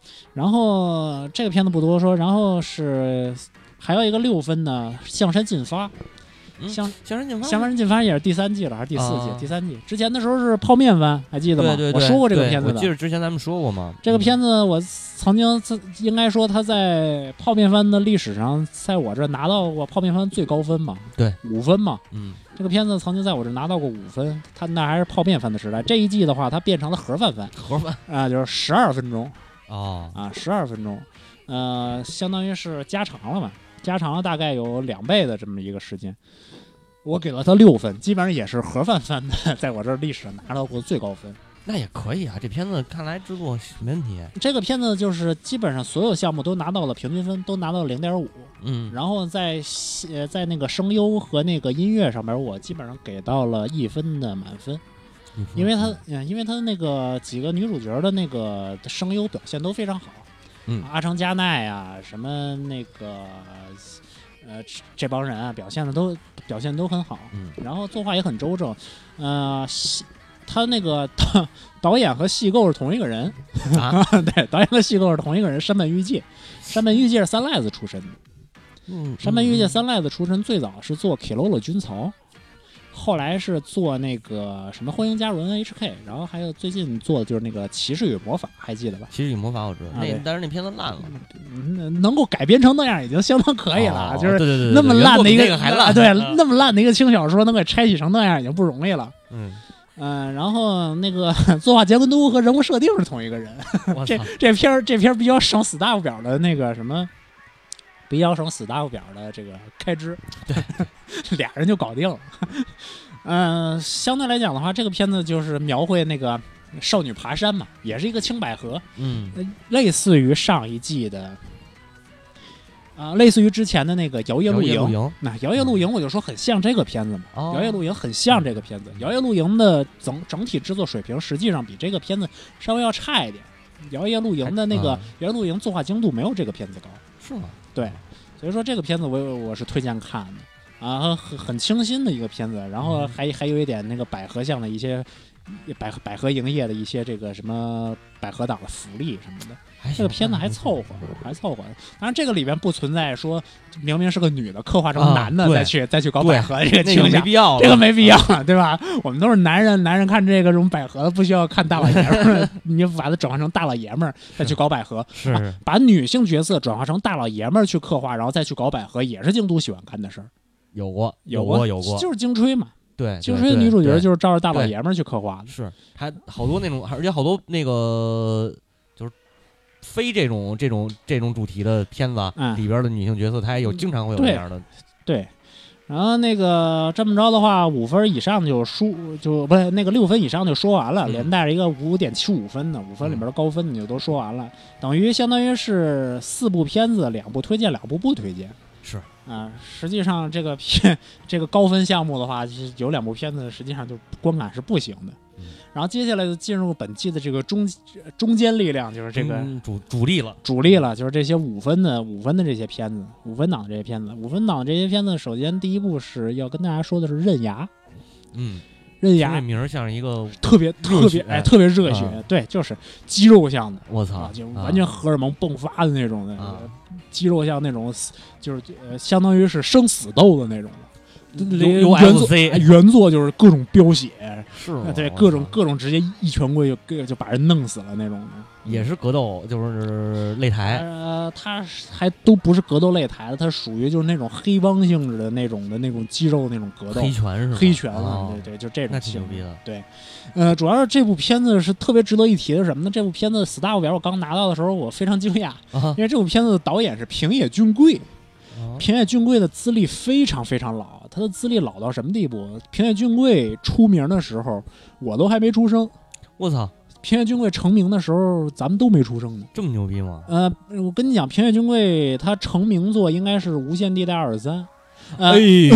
然后这个片子不多说，然后是还有一个六分的《象山进发》。 象象山进发， 象山进发也是第三季了，还是第四季？ 啊、 第三季之前的时候是泡面番，还记得吗？ 对对对， 我说过这个片子的。 我记得之前咱们说过嘛。 这个片子我曾经应该说他在泡面番的历史上，在我这拿到过泡面番最高分嘛？ 对， 五分嘛。 嗯， 这个片子曾经在我这拿到过五分，他那还是泡面番的时代。这一季的话，它变成了盒饭番。 盒饭啊，就是十二分钟。 哦。 啊，十二分钟，呃，相当于是加长了嘛？加长了大概有两倍的这么一个时间。我给了他六分，基本上也是盒饭番的，在我这历史上拿到过最高分。 那也可以啊，这片子看来制作没问题。 这个片子就是基本上所有项目都拿到了平均分，都拿到了零点五。 嗯， 然后在呃在那个声优和那个音乐上面，我基本上给到了一分的满分，因为他嗯，因为他那个几个女主角的那个声优表现都非常好。 嗯， 阿成加奈啊，什么那个。呃，这帮人啊，表现的都表现都很好， 嗯， 然后作画也很周正，呃，他那个导导演和戏构是同一个人， 啊， 对，导演和戏构是同一个人，山本裕介，山本裕介是三赖子出身的， 嗯， 山本裕介三赖子出身，最早是做 Kilolo 军曹。后来是做那个什么《欢迎加入 N H K》，然后还有最近做的就是那个《骑士与魔法》，还记得吧？ 《骑士与魔法》我知道， 啊、 那但是那片子烂了， 嗯，能够改编成那样已经相当可以了， 哦、 就是对对对对那么烂的一个还烂， 对，那么烂的一个轻小说能给拆洗成那样已经不容易了。 嗯嗯、呃，然后那个作画监督和人物设定是同一个人，这这片儿这片儿比较省死大夫表的那个什么。比较省死大夫表的这个开支， 对， 俩人就搞定了。嗯、呃，相对来讲的话，这个片子就是描绘那个少女爬山嘛，也是一个青百合， 嗯， 类似于上一季的，啊、呃，类似于之前的那个《摇曳露营》。那《摇曳露营》我就说很像这个片子嘛， 哦 《摇曳露营》很像这个片子，《摇曳露营》的整整体制作水平实际上比这个片子稍微要差一点，《摇曳露营》的那个《摇曳露营》作画精度没有这个片子高， 是吗？ 对，所以说这个片子我我是推荐看的啊，很很清新的一个片子，然后还还有一点那个百合像的一些百合百合营业的一些这个什么百合党的福利什么的，这个片子还凑合，还凑合。当然这个里边不存在说明明是个女的刻画成男的、啊、再去再去搞百合这个倾向， 那个没必要， 这个没必要了，对吧？我们都是男人，男人看这个这种百合不需要看大老爷们儿，你把它转换成大老爷们儿再去搞百合， 是、 啊、把女性角色转化成大老爷们儿去刻画，然后再去搞百合，也是京都喜欢干的事儿。 有过， 有过，有过， 就是京吹嘛。 对， 京吹的女主角就是照着大老爷们儿去刻画的， 是还好多那种，而且好多那个就是非这种这种这种主题的片子、嗯、里边的女性角色，她也有经常会有这样的。 对，对然后那个这么着的话，五分以上就输就不是那个六分以上就说完了， 嗯、 连带着一个五点七五分的五分里面的高分你就都说完了，嗯、等于相当于是四部片子，两部推荐，两部不推荐。 是啊，实际上这个片这个高分项目的话，有两部片子实际上就观感是不行的。 嗯、 然后接下来就进入本季的这个中中坚力量，就是这个、 嗯、主主力了， 主力了，就是这些五分的五分的这些片子，五分档的这些片子，五分档的这些片子，首先第一部是要跟大家说的是刃牙， 嗯。 刃牙这名像是一个特别特别哎特别热血、啊，对，就是肌肉像的， 我操、 啊，就完全荷尔蒙迸发的那种的， 啊、 肌肉像那种，就是呃相当于是生死斗的那种的。 有 F C 原作就是各种飙血， 是吗？ 对，各种各种直接一拳过就就把人弄死了那种的。 也是格斗，就是擂台。 呃，它还都不是格斗擂台的，它属于就是那种黑帮性质的那种的那种肌肉那种格斗。 黑拳是吧？ 黑拳了， 哦、 对对，就这种。 那挺牛逼的。 对，呃，主要是这部片子是特别值得一提的是什么呢？这部片子 staff 表我刚拿到的时候，我非常惊讶， 啊、 因为这部片子的导演是平野俊贵。 啊、 平野俊贵的资历非常非常老，他的资历老到什么地步？平野俊贵出名的时候，我都还没出生。 我操！ 平野俊贵成名的时候，咱们都没出生呢。 这么牛逼吗？ 呃，我跟你讲，平野俊贵他成名作应该是《无限地带二十三》。呃、 哎呦！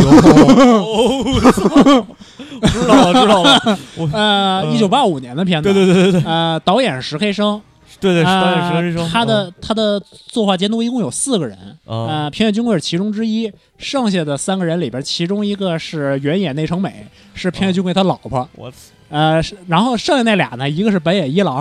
知道了，知道了。 呃，一九八五年的片子。 对对对对对。 呃，导演石黑生。 对对， 呃、 导演石黑生。 他的、嗯、他的作画监督一共有四个人。 嗯、 呃，平野俊贵是其中之一，剩下的三个人里边，其中一个是原野内城美，是平野俊贵他老婆。 我、嗯。 呃，然后剩下那俩呢，一个是本野一郎。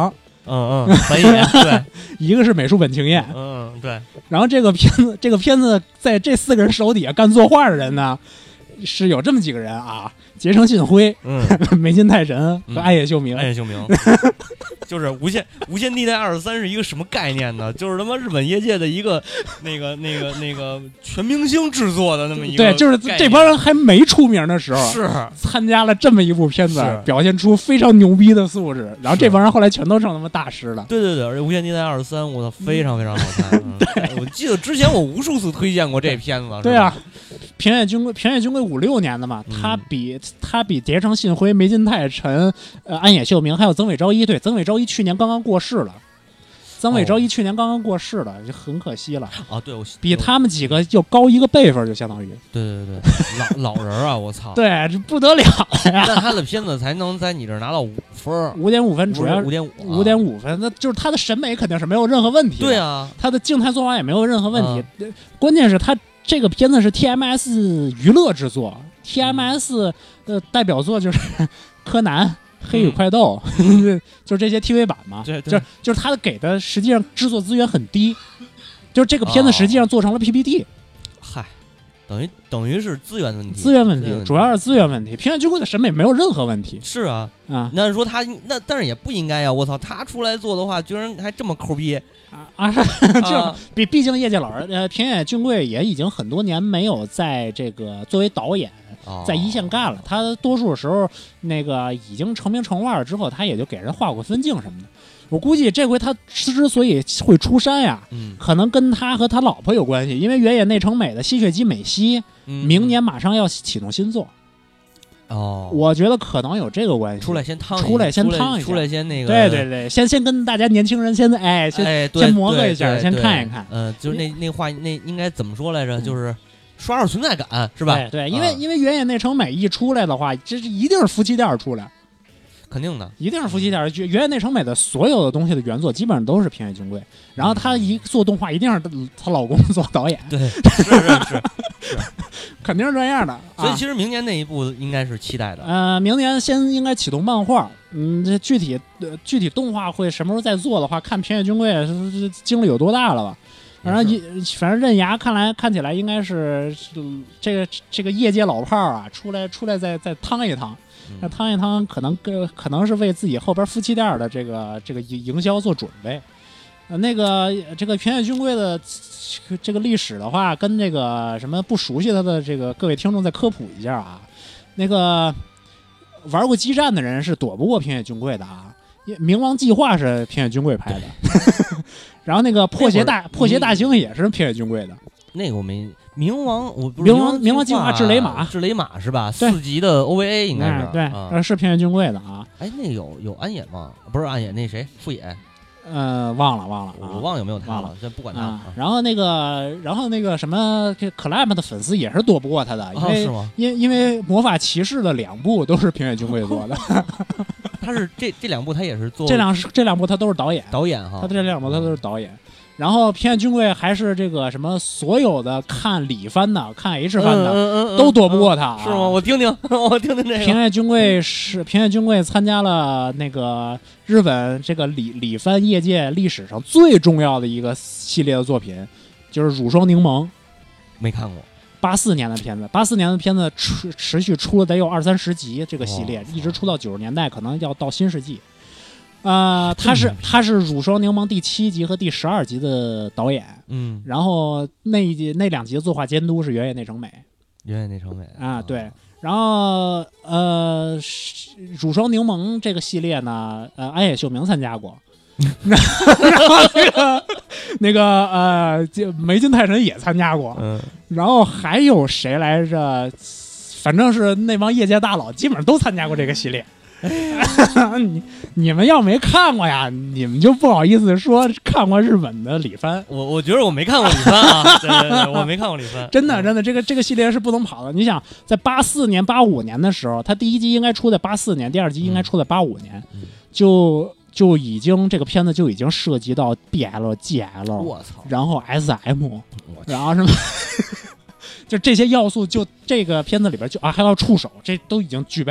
嗯嗯，本野对， 一个是美术本晴彦， 嗯对。 然后这个片子，这个片子在这四个人手底下干作画的人呢，是有这么几个人啊：结城信辉、 嗯， 梅津泰臣和暗野秀明。 暗野秀明，就是无限无限地带二十三是一个什么概念呢？就是他妈日本业界的一个那个那个那个全明星制作的那么一个， 对，就是这帮人还没出名的时候， 是参加了这么一部片子， 是表现出非常牛逼的素质，然后这帮人后来全都成他妈大师了。 对对对，而且无限地带二十三，我操，非常非常好看。嗯、对，我记得之前我无数次推荐过这片子。 对啊，平野君贵，平野君贵五六年的嘛， 嗯、 他比他比结城信辉、梅津泰臣、呃安野秀明还有曾伟昭一，对，曾伟昭一去年刚刚过世了。曾伟昭一去年刚刚过世了，就很可惜了啊！对，我比他们几个就高一个辈分，就相当于。 对对对，老老人啊，我操！ 对，这不得了呀！ 但他的片子才能在你这儿拿到五分， 五点五分，主要五点五， 五点五分，那就是他的审美肯定是没有任何问题的。 对啊， 他的静态作画也没有任何问题。 嗯、 关键是他这个片子是 T M S 娱乐制作 ，T M S 的代表作就是柯南。黑与快斗，嗯、就是这些 T V 版嘛， 对对， 就是就是他给的实际上制作资源很低，就是这个片子实际上做成了 P P T， 嗨、哦，等于等于是资源问题， 资源问题， 问题主要是资源问题。平原君贵的审美没有任何问题， 是啊啊， 那说他那但是也不应该呀，我操，他出来做的话，居然还这么抠逼啊啊！就毕毕竟业界老人，呃，平野君贵也已经很多年没有在这个作为导演。在一线干了，他多数时候那个已经成名成腕了之后，他也就给人画过分镜什么的。我估计这回他之所以会出山呀， 嗯， 可能跟他和他老婆有关系，因为原野内城美的西血姬美希， 嗯、 明年马上要启动新作。 哦， 我觉得可能有这个关系。 出来先烫一下， 出来先烫一下， 出来先那个， 对对对，先先跟大家年轻人先哎先哎先磨合一下，先看一看。 嗯、呃，就是那那话那应该怎么说来着？嗯、就是刷刷存在感是吧？ 对对，因为、嗯、因为原野内城美一出来的话，这是一定是夫妻店出来。 肯定的， 一定是夫妻店。原野内城美的所有的东西的原作基本上都是平野君贵，然后她一做动画一定是她老公做导演， 对，是是是是， 肯定是这样的。 所以其实明年那一部应该是期待的。 呃，明年先应该启动漫画，嗯，这具体呃具体动画会什么时候再做的话，看平野君贵精力有多大了吧。反正一反正刃牙看来看起来应该是这个这个业界老炮儿啊，出来出来再再趟一趟。那汤一汤可能可能是为自己后边夫妻店的这个这个营销做准备。呃，那个这个平野君贵的这个历史的话，跟这个什么不熟悉他的这个各位听众再科普一下啊。那个玩过激战的人是躲不过平野君贵的啊。冥王计划是平野君贵拍的，然后那个破鞋大破鞋大星也是平野君贵的。 那个我没。冥王，我不是冥王冥王计划治雷马， 治雷马是吧？四级的 O V A 应该是、 嗯、对， 啊、 是平野君贵的啊。 哎，那个有有安野吗？不是安野，那谁富野？ 呃，忘了忘了， 我忘有没有他了， 这不管他、 啊。然后那个，然后那个什么，这 Clamp 的粉丝也是躲不过他的，因为、 哦、 因因为魔法骑士的两部都是平野君贵做的。 他是这这两部他也是做这两这两部他都是导演， 导演哈， 他这两部他都是导演。然后平野君贵还是这个什么，所有的看里番的、看 H 番的、 嗯嗯嗯、 都躲不过他、啊嗯，是吗？我听听，我听听这个。 平野君贵是平野君贵参加了那个日本这个里里番业界历史上最重要的一个系列的作品，就是《乳霜柠檬》。 没看过。 八四年的片子，八四年的片子持持续出了得有二三十集，这个系列、哦、一直出到九十年代，可能要到新世纪。呃，他是他是《乳霜柠檬》第七集和第十二集的导演， 嗯， 然后那一集那两集的作画监督是原野内城美， 原野内城美啊，对，然后呃，《乳霜柠檬》这个系列呢，呃，安野秀明参加过，然后那个那个呃，梅津泰臣也参加过， 嗯， 然后还有谁来着？反正是那帮业界大佬基本上都参加过这个系列。你你们要没看过呀，你们就不好意思说看过日本的里番。 我我觉得我没看过里番啊，对对对，我没看过里番。 真的真的，这个这个系列是不能跑的。你想，在八四年、八五年的时候，它第一集应该出在八四年，第二集应该出在八五年， 嗯、 就就已经这个片子就已经涉及到 B L、G L， 我操， 然后 S M， 然后什么。就这些要素，就这个片子里边就啊还要触手，这都已经具备了。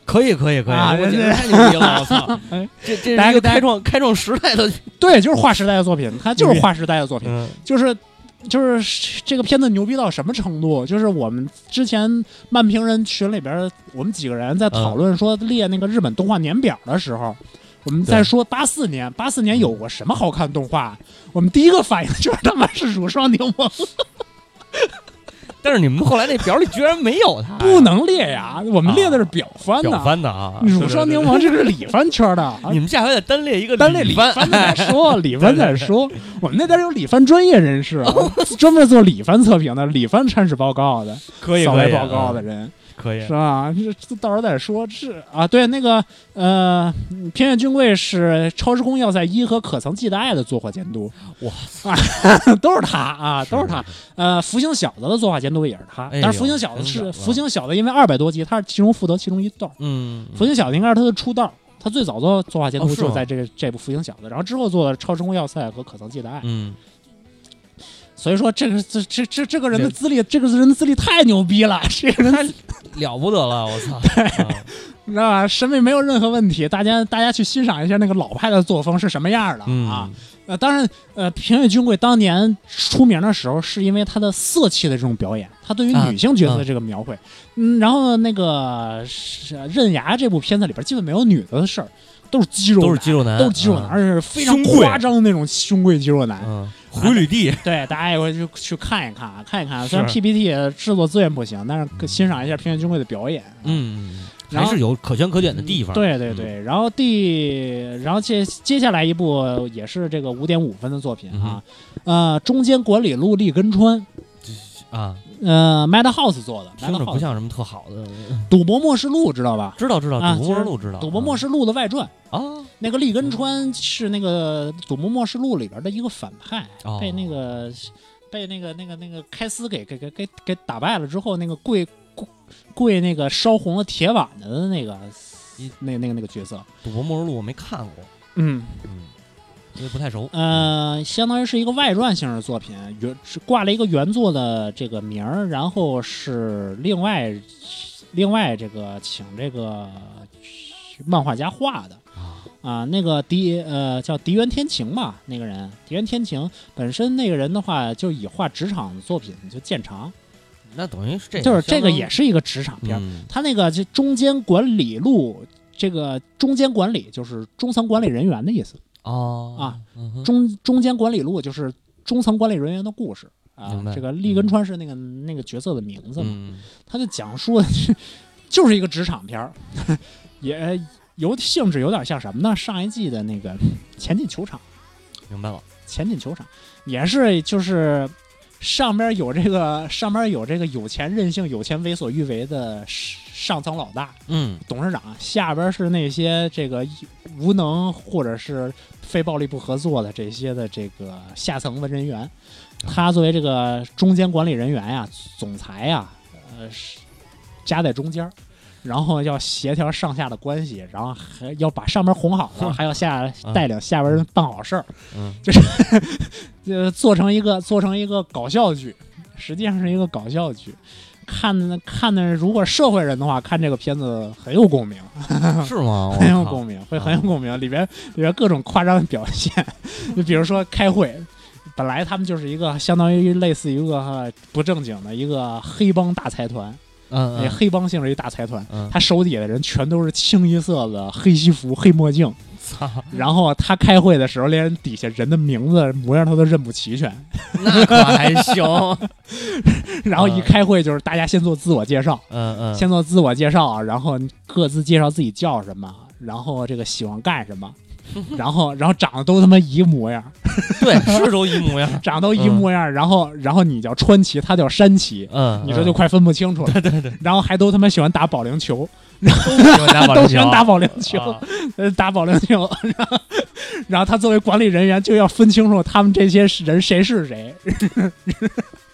可以可以可以， 啊、 我简直太牛逼了！我操，这这是一个开创开创时代的， 对，就是划时代的作品，它就是划时代的作品， 嗯、 就是就是这个片子牛逼到什么程度？就是我们之前漫评人群里边，我们几个人在讨论说列那个日本动画年表的时候。嗯我们在说八四年，八四年有过什么好看动画？我们第一个反应就是他妈是《乳霜柠檬》， 但是你们后来那表里居然没有它， 不能列呀！我们列的是表番的， 表番的啊， 《乳霜柠檬》这是里番圈的， 你们下回得单列一个单列里番再说，里番再说。我们那边有里番专业人士，专门做里番测评的，里番参史报告的， 可以扫雷报告的人。 可以是吧？这到时候再说。是啊，对，那个呃，偏远军贵是《超时空要塞一》和《可曾记得爱》的作画监督， 哇啊，都是他啊，都是他。呃，福星小子的作画监督也是他， 哎、 但是福星小子是福星小子，因为二百多集，他是其中负责其中一段。 嗯， 福星小子应该是他的出道，他最早做作画监督哦就是在这个、这部福星小子，然后之后做的《超时空要塞》和《可曾记得爱》。 嗯。 所以说，这个这这这这个人的资历，这个人的资历太牛逼了，这个人了不得了，我操！ 对，你知道吧？审美没有任何问题，大家大家去欣赏一下那个老派的作风是什么样的、 嗯、 啊？呃，当然，呃，平野君贵当年出名的时候，是因为他的色气的这种表演，他对于女性角色的这个描绘。嗯，嗯然后那个《刃牙》这部片子里边基本没有女的的事儿。都是肌肉男， 都是肌肉男， 都是肌肉男，嗯、而且是非常夸张的那种胸贵肌肉男。 嗯，回旅地， 对，大家也会去去看一看啊，看一看。虽然 P P T 制作资源不行，但是欣赏一下平原军贵的表演。 嗯，还是有可圈可点的地方。 对对对，然后第，然后接接下来一部也是这个五点五分的作品啊，嗯、呃，中间管理录立根川啊。 呃 ，Madhouse 做的， 听着不像什么特好的。 赌博默示录知道吧？ 知道知道， 啊、 赌博默示录知道。 赌博默示录的外传啊， 那个立根川是那个赌博默示录里边的一个反派， 哦、 被那个被那个那个那个开司给给给给给打败了之后，那个跪跪跪那个烧红了铁碗的那个那那个那个角色。 赌博默示录我没看过， 嗯嗯。因为不太熟， 呃，相当于是一个外传性的作品，原是挂了一个原作的这个名儿，然后是另外另外这个请这个漫画家画的啊，那个狄呃叫狄原天晴嘛，那个人狄原天晴本身那个人的话就以画职场作品就见长， 那等于是这个就是这个也是一个职场片， 嗯、 他那个就中间管理录，这个中间管理就是中层管理人员的意思。 哦啊， 嗯、 中中间管理录就是中层管理人员的故事啊。这个立根川是那个、嗯、那个角色的名字嘛， 嗯、 他就讲述就是一个职场片儿，也有性质有点像什么呢？上一季的那个前进球场， 明白了， 前进球场也是就是上边有这个上边有这个有钱任性、有钱为所欲为的上层老大， 嗯， 董事长，下边是那些这个无能或者是非暴力不合作的这些的这个下层文人员，他作为这个中间管理人员呀、总裁呀，呃，夹在中间，然后要协调上下的关系，然后还要把上边哄好了，还要下带领下边人办好事儿， 嗯， 就是呃做成一个做成一个搞笑剧，实际上是一个搞笑剧。看的看的，如果社会人的话，看这个片子很有共鸣， 是吗？ 很有共鸣，会很有共鸣。里边里边各种夸张的表现，就比如说开会，本来他们就是一个相当于类似于一个不正经的一个黑帮大财团， 嗯， 那黑帮性质一大财团， 嗯， 他手底下的人全都是清一色的黑西服、黑墨镜。 操！ 然后他开会的时候，连底下人的名字模样他都认不齐全， 那可还行。 然后一开会就是大家先做自我介绍， 嗯嗯， 先做自我介绍，然后各自介绍自己叫什么，然后这个喜欢干什么，然后然后长得都他妈一模样， 对，是都一模样， 长得都一模样，嗯、然后然后你叫川崎，他叫山崎， 嗯， 你这就快分不清楚了， 对对对， 然后还都他妈喜欢打保龄球。 都喜欢打保龄球， 都喜欢打保龄球， 啊、 呃，打保龄球，然后，然后他作为管理人员就要分清楚他们这些人谁是谁，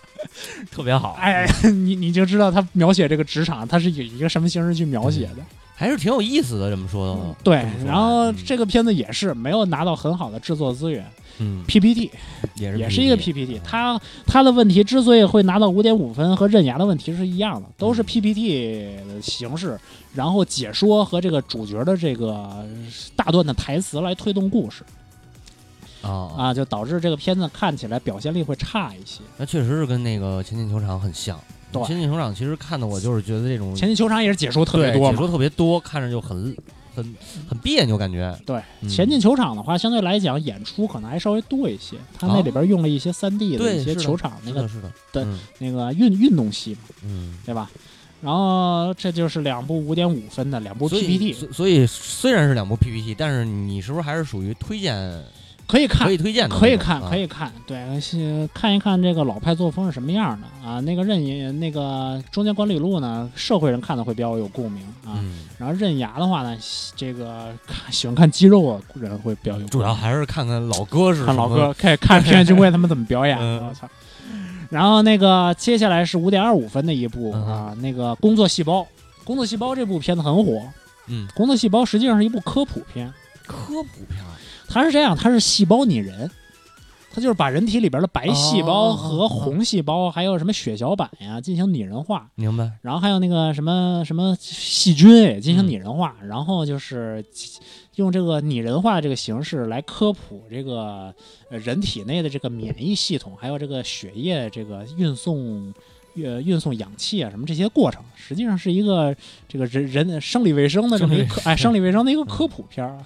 特别好。 哎，你你就知道他描写这个职场，他是以一个什么形式去描写的。 还是挺有意思的，这么说的、嗯。 对，然后这个片子也是没有拿到很好的制作资源， 嗯 ，P P T 也是也是一个 P P T， 它它的问题之所以会拿到五点五分，和刃牙的问题是一样的，都是 P P T 的形式，然后解说和这个主角的这个大段的台词来推动故事。 啊啊，就导致这个片子看起来表现力会差一些。 那确实是跟那个前进球场很像。 对， 前进球场其实看的我就是觉得这种前进球场也是解说特别多嘛， 解说特别多，看着就很很很别扭感觉。 对， 嗯、 前进球场的话，相对来讲演出可能还稍微多一些，它那里边用了一些三 D 的一些球场那个是的的那个运运动系嘛， 嗯， 对吧？然后这就是两部五点五分的两部 P P T， 所以, 所以虽然是两部 P P T， 但是你是不是还是属于推荐？ 可以看， 可以推荐的， 可以看， 啊、 可以看。对，看一看这个老派作风是什么样的啊？那个刃牙，那个中间管理录呢，社会人看的会比较有共鸣啊。 嗯、 然后刃牙的话呢，这个看喜欢看肌肉啊人会比较有共鸣。 主要还是看看老哥是看老哥，看看平原军贵他们怎么表演。 嗯、 我操！然后那个接下来是五点二五分的一部、 嗯、 啊，那个工作细胞，工作细胞这部片子很火。 嗯， 工作细胞实际上是一部科普片。 科普片。 它是这样，它是细胞拟人。它就是把人体里边的白细胞和红细胞，还有什么血小板呀，进行拟人化。 明白。 然后还有那个什么什么细菌也进行拟人化，嗯、然后就是用这个拟人化的这个形式来科普这个人体内的这个免疫系统，还有这个血液这个运送。呃，运送氧气啊，什么这些过程，实际上是一个这个人人生理卫生的这么一个哎，生理卫生的一个科普片儿。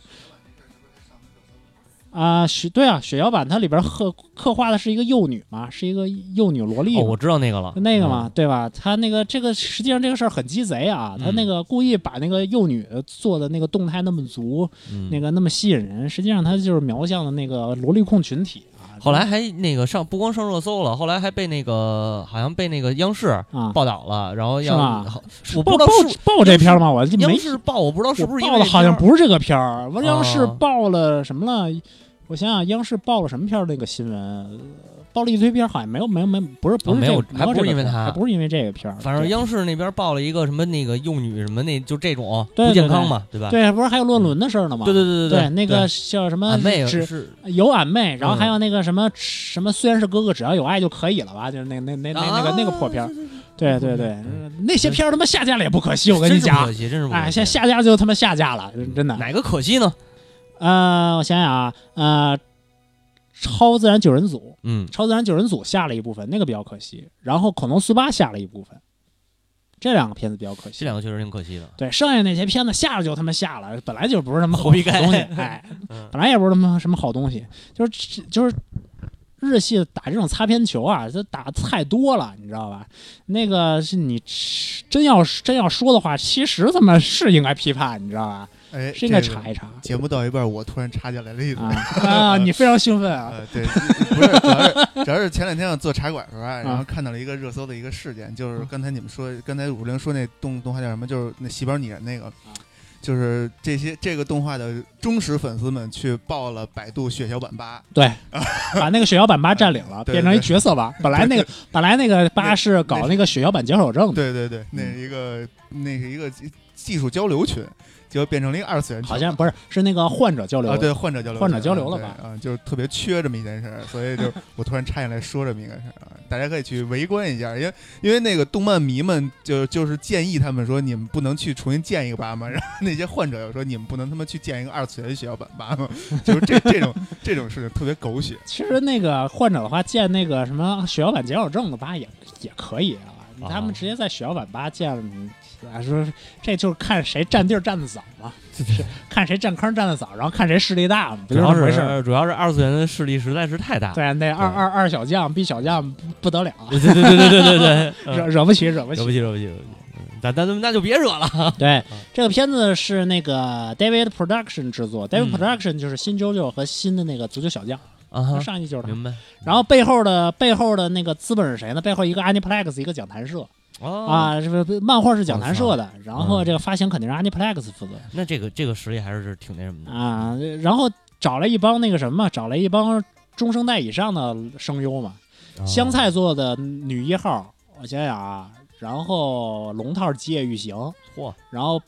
啊，血对啊，血小板它里边刻刻画的是一个幼女嘛，是一个幼女萝莉。 哦，我知道那个了， 那个嘛， 嗯、 对吧？他那个这个实际上这个事儿很鸡贼啊，他那个故意把那个幼女做的那个动态那么足， 嗯、 那个那么吸引人，实际上他就是描向的那个萝莉控群体啊。 后来还那个上不光上热搜了，后来还被那个好像被那个央视报道了，啊、然后央我不知道是报报这片吗？我央视报，我不知道是不是因为报的好像不是这个片儿，我央视啊报了什么了？我想想，央视报了什么片儿？那个新闻报了一堆片儿，好像没有，没有，没有，不是，不是、 哦、没有， 还不是因为他， 还不是因为这个片儿。 反正央视那边报了一个什么那个幼女什么那就这种不健康嘛，对吧？ 对，不是还有乱伦的事儿呢吗？ 对对对对对， 那个叫什么？ 俺妹是有俺妹，然后还有那个什么、嗯、什么，虽然是哥哥，只要有爱就可以了吧？就是那那那那那个、啊、那个破片儿。对对对，嗯、那些片儿他妈下架了也不可惜，我跟你讲， 可惜，真是不可惜。 哎，现在下架就他妈下架了，真的。 哪个可惜呢？ 呃，我想想啊，呃。超自然九人组， 嗯， 超自然九人组下了一部分，那个比较可惜。然后恐龙速八下了一部分，这两个片子比较可惜。 这两个确实挺可惜的。 对，剩下那些片子下了就他妈下了，本来就不是什么好东西，哎， 嗯、 本来也不是什么什么好东西，就是就是日系打这种擦边球啊，这打太多了，你知道吧？那个是你真要真要说的话，其实他妈是应该批判，你知道吧？ 哎， 是应该查一查。 这个、节目到一半，我突然插进来了一嘴啊, 啊！你非常兴奋啊！ 呃、对，不是，主要是主要是前两天我做茶馆时候啊，然后看到了一个热搜的一个事件，就是刚才你们说，刚才五零说那动动画叫什么？就是那细胞拟人那个，就是这些这个动画的忠实粉丝们去报了百度血小板八， 对，把那个血小板八占领了，变成一角色吧。本来那个本来那个八是搞那个血小板脚手症的， 对对对，那是一个那是一个技术交流群。就变成了一个二次元， 好像不是是那个患者交流啊，对，患者交流， 患者交流了吧？ 啊，就是特别缺这么一件事儿，所以就我突然插进来说这么一个事儿啊，大家可以去围观一下，因为因为那个动漫迷们就就是建议他们说你们不能去重新建一个八嘛，然后那些患者又说你们不能他妈去建一个二次元血小板八嘛，就是这这种这种事情特别狗血。 其实那个患者的话建那个什么血小板减少症的八也也可以啊，他们直接在血小板八建了。啊，说这就是看谁占地儿占的早嘛，是看谁占坑占的早，然后看谁势力大嘛，不就这么回事？ 主要是二次元的势力实在是太大。 对，那二二二小将比小将不得了。 对对对对对对对， 惹惹不起，惹不起， 惹不起，惹不起，惹不起。咱咱那就别惹了。 对，这个片子是那个 David Production 制作 ，David Production 就是新啾啾和新的那个足球小将。 啊， 上一季就是他。 明白。 然后背后的背后的那个资本是谁呢？背后一个 Aniplex， 一个讲谈社。 哦、 啊，这个漫画是讲谈社的，哦、然后这个发行肯定是 Aniplex 负责。 那这个这个实力还是挺那什么的啊。然后找了一帮那个什么，找了一帮中生代以上的声优嘛。哦、香菜做的女一号，我想想啊，然后龙套吉野玉行， 嚯， 然后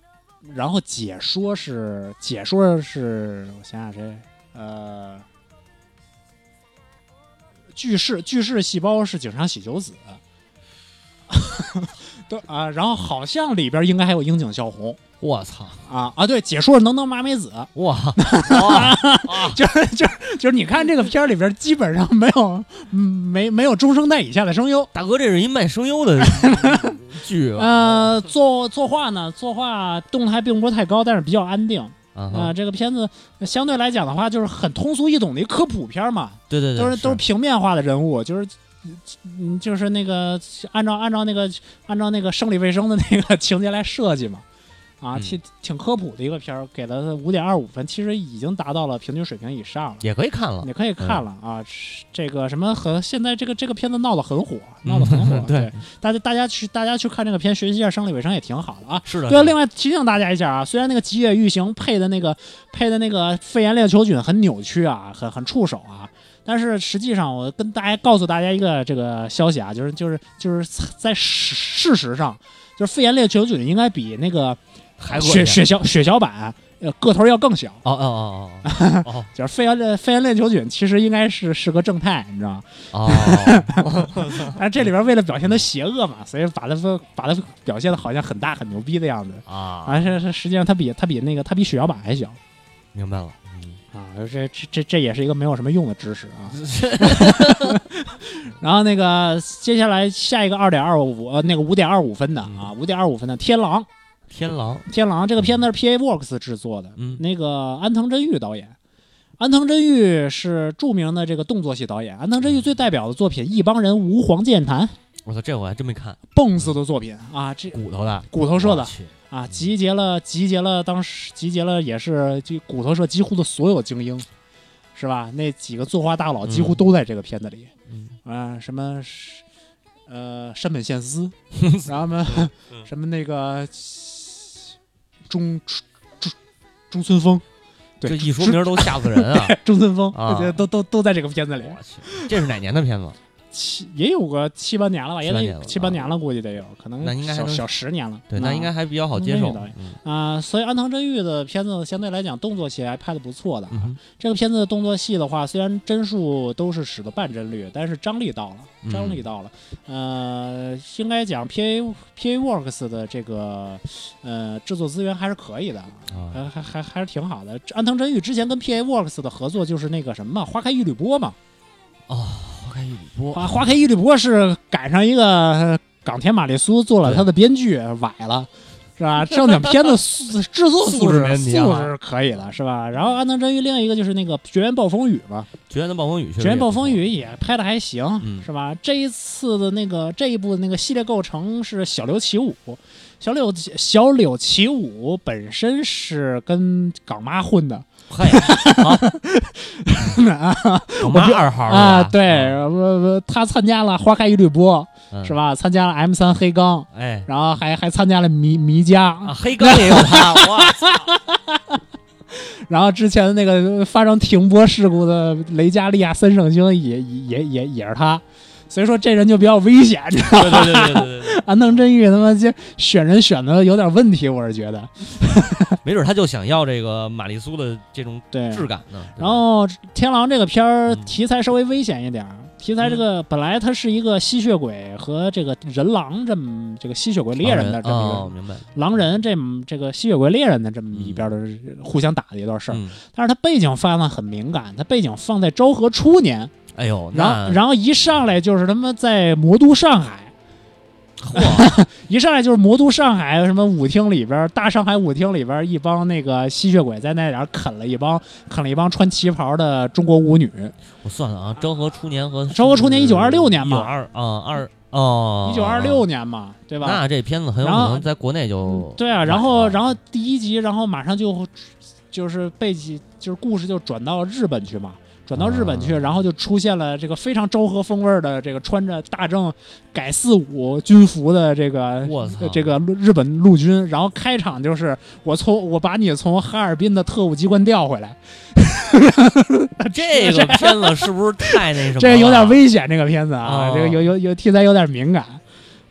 然后解说是解说是我想想谁呃，巨噬巨噬细胞是井上喜久子，对啊，然后好像里边应该还有樱井孝宏。 我操啊啊！对，解说是能登麻美子， 哇， 就是就是就是，你看这个片儿里边基本上没有，嗯，没没有中生代以下的声优。 大哥，这是一卖声优的剧啊。 呃，作作画呢，作画动态并不是太高，但是比较安定。 啊、 呃，这个片子相对来讲的话，就是很通俗易懂的一科普片嘛。 对对对， 都是都是平面化的人物，就是嗯，就是那个按照按照那个按照那个生理卫生的那个情节来设计嘛。啊，挺挺科普的一个片儿，给了五点二五分，其实已经达到了平均水平以上了， 也可以看了， 也可以看了、嗯、啊。这个什么和现在这个这个片子闹得很火，闹得很火， 嗯、对, 对，大家大家去大家去看这个片，学习一下生理卫生也挺好的啊。 是的。 对，另外提醒大家一下啊，虽然那个吉野裕行配的那个配的那个肺炎链球菌很扭曲啊，很很触手啊。但是实际上，我跟大家告诉大家一个这个消息啊，就是就是就是在事实上，就是肺炎链球菌应该比那个血血小血小板呃个头要更小。 哦哦哦哦哦， 就是肺炎链肺炎链球菌其实应该是是个正态，你知道吗？ 哦， 但是这里边为了表现它邪恶嘛，所以把它把它表现的好像很大很牛逼的样子啊。 啊，是是，实际上它比它比那个它比血小板还小。 明白了。 啊，这这这这也是一个没有什么用的知识啊。然后那个接下来下一个二点二五，呃，那个五点二五分的啊，五点二五分的《天狼》。 天狼， 天狼这个片子是 P A Works 制作的， 嗯， 那个安藤真玉导演。安藤真玉是著名的这个动作戏导演。安藤真玉最代表的作品《一帮人无黄剑谈》。 我操，这我还真没看。 蹦死的作品啊，这骨头的， 骨头社的。啊，集结了，集结了，当时集结了，也是就骨头社几乎的所有精英，是吧？那几个作画大佬几乎都在这个片子里， 嗯啊，什么，呃，山本宪司，然后呢，什么那个中中中村丰，对， 这一说名都吓死人啊！ 中村丰， 啊， 都都都在这个片子里。 我去，这是哪年的片子？ 七也有个七八年了吧，也得七八年了， 估计得有，可能那应该小小十年了。 对，那应该还比较好接受啊、 呃。所以安藤真玉的片子相对来讲动作戏还拍的不错的、啊嗯。 这个片子的动作戏的话，虽然帧数都是使得半帧率，但是张力到了，张力到了。嗯、呃，应该讲 P A P A Works 的这个呃制作资源还是可以的， 啊、 还还还还是挺好的。安藤真玉之前跟 P A Works 的合作就是那个什么花开一缕波嘛。 哦。花开一缕波， 花花开一缕波是赶上一个冈田玛丽苏做了他的编剧崴了，是吧？正经片子制作素质素质可以的，是吧？然后安藤真玉另一个就是那个《绝缘暴风雨》嘛， 《绝缘的暴风雨》《 绝缘暴风雨》也拍的还行、 嗯， 是吧？这一次的那个这一部的那个系列构成是小柳起武，小柳小柳起武本身是跟港妈混的。 嘿，啊，港妈二号啊，对，我他参加了《花开一缕波》 嗯， 是吧？参加了 M 三黑钢， 哎， 然后还还参加了迷迷家啊，黑钢也有他，我操！ 然后之前那个发生停播事故的雷加利亚三圣星也也也也是他。所以说这人就比较危险，知道吧？对对对对对对， 安藤真玉他妈就选人选的有点问题，我是觉得， 没准他就想要这个玛丽苏的这种质感呢。 然后天狼这个片儿题材稍微危险一点，嗯、题材这个本来它是一个吸血鬼和这个人狼这么这个吸血鬼猎人的这么一个、 哦、明白狼人这么这个吸血鬼猎人的这么一边的互相打的一段事儿、 嗯， 但是它背景放的很敏感，它背景放在昭和初年。 哎呦， 然后然后一上来就是他妈在魔都上海， 嚯！ 一上来就是魔都上海什么舞厅里边，大上海舞厅里边一帮那个吸血鬼在那点啃了一帮啃了一帮穿旗袍的中国舞女。 我算了啊，昭和初年和昭和初年一九二六年嘛， 一九二啊二哦， 一九二六年嘛，对吧？ 那这片子很有可能在国内就对啊，然后然后第一集，然后马上就就是背景就是故事就转到日本去嘛。转到日本去，然后就出现了这个非常昭和风味的这个穿着大正改四五军服的这个这个日本陆军，然后开场就是我从我把你从哈尔滨的特务机关调回来。 这个片子是不是太那什么了？ 这个有点危险，这个片子啊， 哦、 这个有有有题材有点敏感。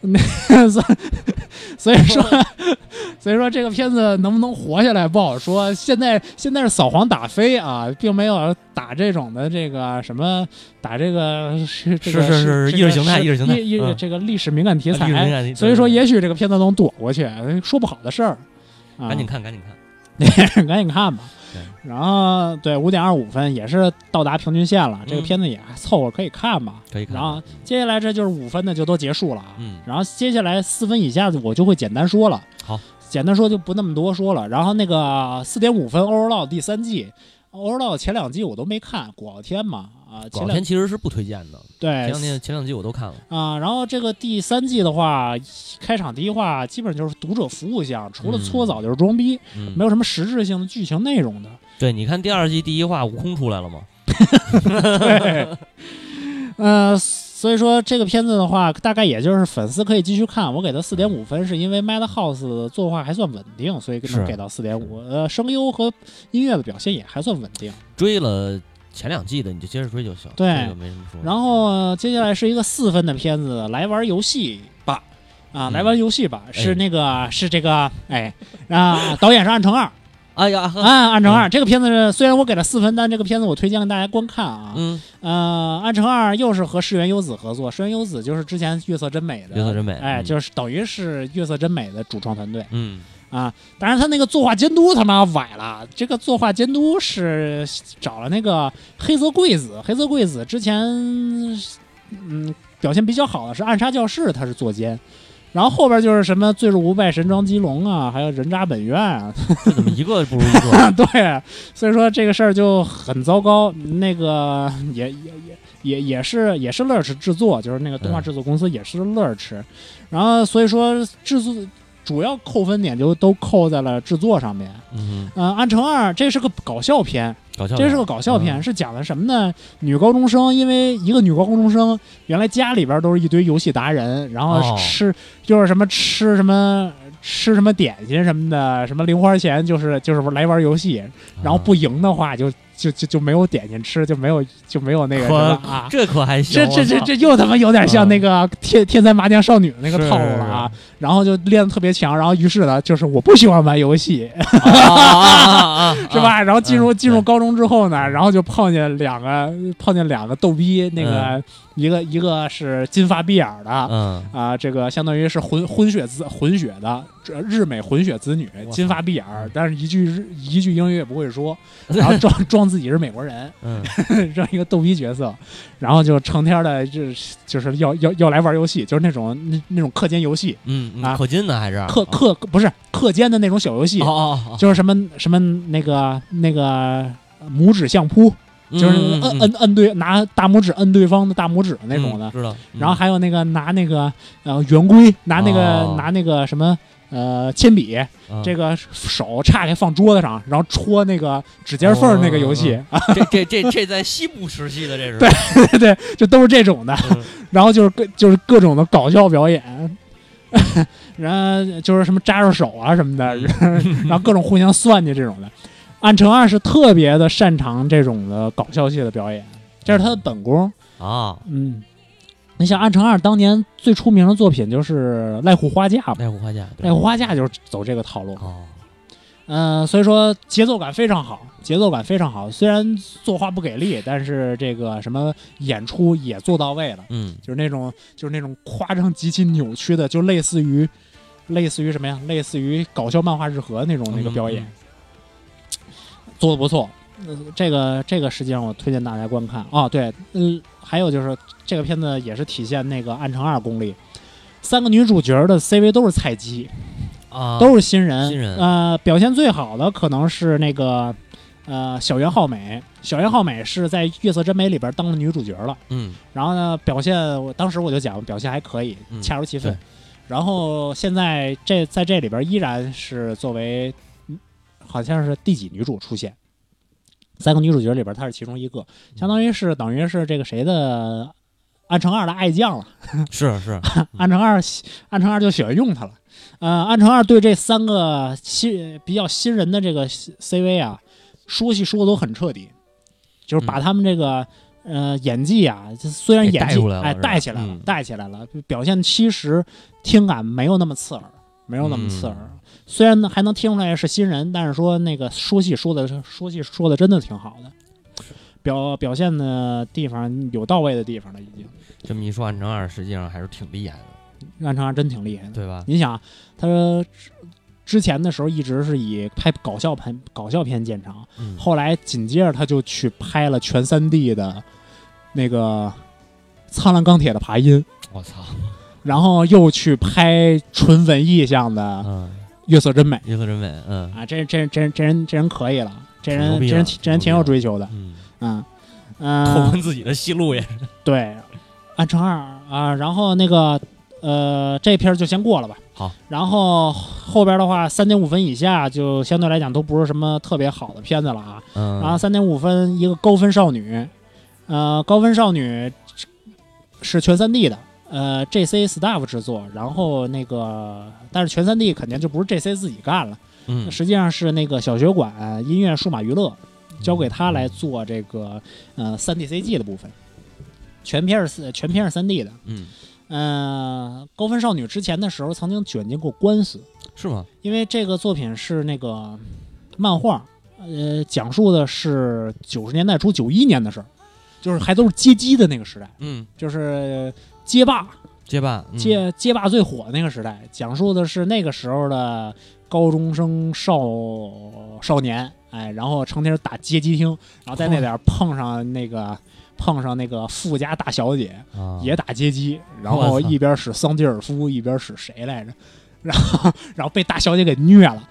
所所以说，所以说这个片子能不能活下来不好说。现在现在是扫黄打非啊，并没有打这种的这个什么打这个是这个是是是意识形态意识形态意嗯这个历史敏感题材， 历史敏感题所以说也许这个片子能躲过去，说不好的事儿。啊、 赶紧看，赶紧看。 赶紧看吧，然后对五点二五分也是到达平均线了， 嗯、 这个片子也凑合可以看吧， 可以看。 然后接下来这就是五分的就都结束了啊， 嗯， 然后接下来四分以下的我就会简单说了， 好， 简单说就不那么多说了。然后那个四点五分 Overlord 第三季 ，Overlord 前两季我都没看，古傲天嘛啊， 古傲天其实是不推荐的， 对， 前两天前两季我都看了啊。然后这个第三季的话，开场第一话基本就是读者服务项，除了搓澡就是装逼， 嗯、 没有什么实质性的剧情内容的。 对，你看第二季第一话，悟空出来了吗？ 对，呃，所以说这个片子的话，大概也就是粉丝可以继续看。我给它四点五分，是因为 Madhouse 作画还算稳定，所以能给到四点五。呃，声优和音乐的表现也还算稳定。 追了前两季的你就接着追就行， 对， 这个没什么说。 然后、呃、接下来是一个四分的片子，来玩游戏吧。啊，来玩游戏吧，嗯、是那个、哎、是这个，哎啊，导演是暗城二。 哎呀， 啊，暗城二、嗯、这个片子是虽然我给了四分，但这个片子我推荐给大家观看啊。 嗯， 呃，暗城二又是和石原优子合作，石原优子就是之前月色真美的， 月色真美， 哎， 嗯、 就是等于是月色真美的主创团队。 嗯， 啊，当然他那个作画监督他妈崴了，这个作画监督是找了那个黑泽贵子，黑泽贵子之前嗯表现比较好的是暗杀教室，他是作监。然后后边就是什么罪入无败、神装基隆啊，还有人渣本愿啊， 这怎么一个不如一个？ 对，所以说这个事儿就很糟糕。那个也也也也也是也是 Lurch 制作，就是那个动画制作公司也是 Lurch，、嗯、然后所以说制作主要扣分点就都扣在了制作上面。 嗯， 呃，暗城二这是个搞笑片。 搞笑这是个搞笑片、 嗯， 是讲的什么呢？女高中生因为一个女高中生，原来家里边都是一堆游戏达人，然后吃、哦、就是什么吃什么吃什么点心什么的，什么零花钱就是就是来玩游戏，然后不赢的话就。就就就没有点心吃，就没有就没有那个什么啊， 这可还行， 这这这这又他妈有点像那个天天才麻将少女那个套路了啊！然后就练得特别强，然后于是呢，就是我不喜欢玩游戏， 啊啊啊、 是吧？然后进入、 嗯、 进入高中之后呢，然后就碰见两个碰见两个逗逼，那个、 嗯、 一个一个是金发碧眼的， 嗯啊，这个相当于是混混血子混血的日美混血子女，金发碧眼，但是一句日一句英语也不会说，然后装装。自己是美国人， 嗯， 这样一个逗逼角色，然后就成天的就就是要要要来玩游戏，就是那种那那种课间游戏， 嗯啊， 氪金的还是氪氪不是课间的那种小游戏， 哦哦哦， 就是什么什么那个那个拇指相扑， 嗯、 就是摁摁摁对拿大拇指摁对方的大拇指那种的， 嗯、知道、 嗯。然后还有那个拿那个呃圆规拿那个、 哦、 拿那个什么。呃，铅笔、 嗯， 这个手岔开放桌子上，然后戳那个指尖缝那个游戏， 哦、这这这这在西部时期的这是， 对对对，就都是这种的， 嗯、 然后就是各就是各种的搞笑表演，然后就是什么扎着手啊什么的， 嗯、 然后各种互相算计这种的。暗城二是特别的擅长这种的搞笑戏的表演，这是他的本功啊， 嗯。你像暗城二当年最出名的作品就是濑户花嫁吧？ 濑户花嫁， 濑户花嫁就是走这个套路。 哦， 嗯、呃，所以说节奏感非常好，节奏感非常好。虽然作画不给力，但是这个什么演出也做到位了。 嗯， 就是那种就是那种夸张极其扭曲的，就类似于类似于什么呀？类似于搞笑漫画日和那种那个表演，嗯、做的不错。呃，这个这个实际上我推荐大家观看哦。对，嗯、呃，还有就是这个片子也是体现那个暗城二功力，三个女主角的 C V 都是菜鸡啊， 都是新人。 新人呃，表现最好的可能是那个呃小原浩美，小原浩美是在《月色真美》里边当了女主角了。 嗯， 然后呢，表现我当时我就讲表现还可以， 嗯、 恰如其分。然后现在这在这里边依然是作为好像是第几女主出现。三个女主角里边，她是其中一个，相当于是等于是这个谁的暗城二的爱将了。 是是， 暗城二，暗城二就喜欢用她了。呃，暗城二对这三个新比较新人的这个 C V 啊，说戏说的都很彻底，就是把他们这个、 呃，演技啊，虽然演技哎带起来了， 嗯、 带起来了，表现其实听感没有那么刺耳，没有那么刺耳。嗯、虽然还能听出来是新人，但是说那个说戏说的说戏说的真的挺好的，表表现的地方有到位的地方了，已经。 这么一说，暗城二实际上还是挺厉害的， 暗城二真挺厉害的， 对吧？ 你想，他之前的时候一直是以拍搞笑片、搞笑片见长， 嗯、 后来紧接着他就去拍了全三 D 的那个《苍蓝钢铁的爬音》， 我操！ 然后又去拍纯文艺向的《月色真美》， 月色真美，嗯啊，这这这这人这人可以了，这人这人这人挺有追求的， 嗯嗯嗯， 拓宽自己的戏路也是对，暗城二啊，然后那个。呃，这片就先过了吧。 好， 然后后边的话，三点五分以下就相对来讲都不是什么特别好的片子了啊。 嗯。 然后三点五分一个高分少女，呃，高分少女是全三 D 的，呃 ，J C Staff 制作。然后那个，但是全三 D 肯定就不是 J C 自己干了， 嗯， 实际上是那个小学馆音乐数码娱乐交给他来做这个呃三 D C G 的部分，全片是全片是三 D 的， 嗯。 呃，高分少女之前的时候曾经卷进过官司， 是吗？ 因为这个作品是那个漫画，呃，讲述的是九十年代初九一年的事儿，就是还都是街机的那个时代， 嗯， 就是街霸， 街霸， 嗯、街街霸最火那个时代，讲述的是那个时候的高中生少少年，哎，然后成天打街机厅，然后在那点碰上那个。碰上那个富家大小姐、啊、也打街机，然后一边使桑吉尔夫一边使谁来着，然后然后被大小姐给虐了。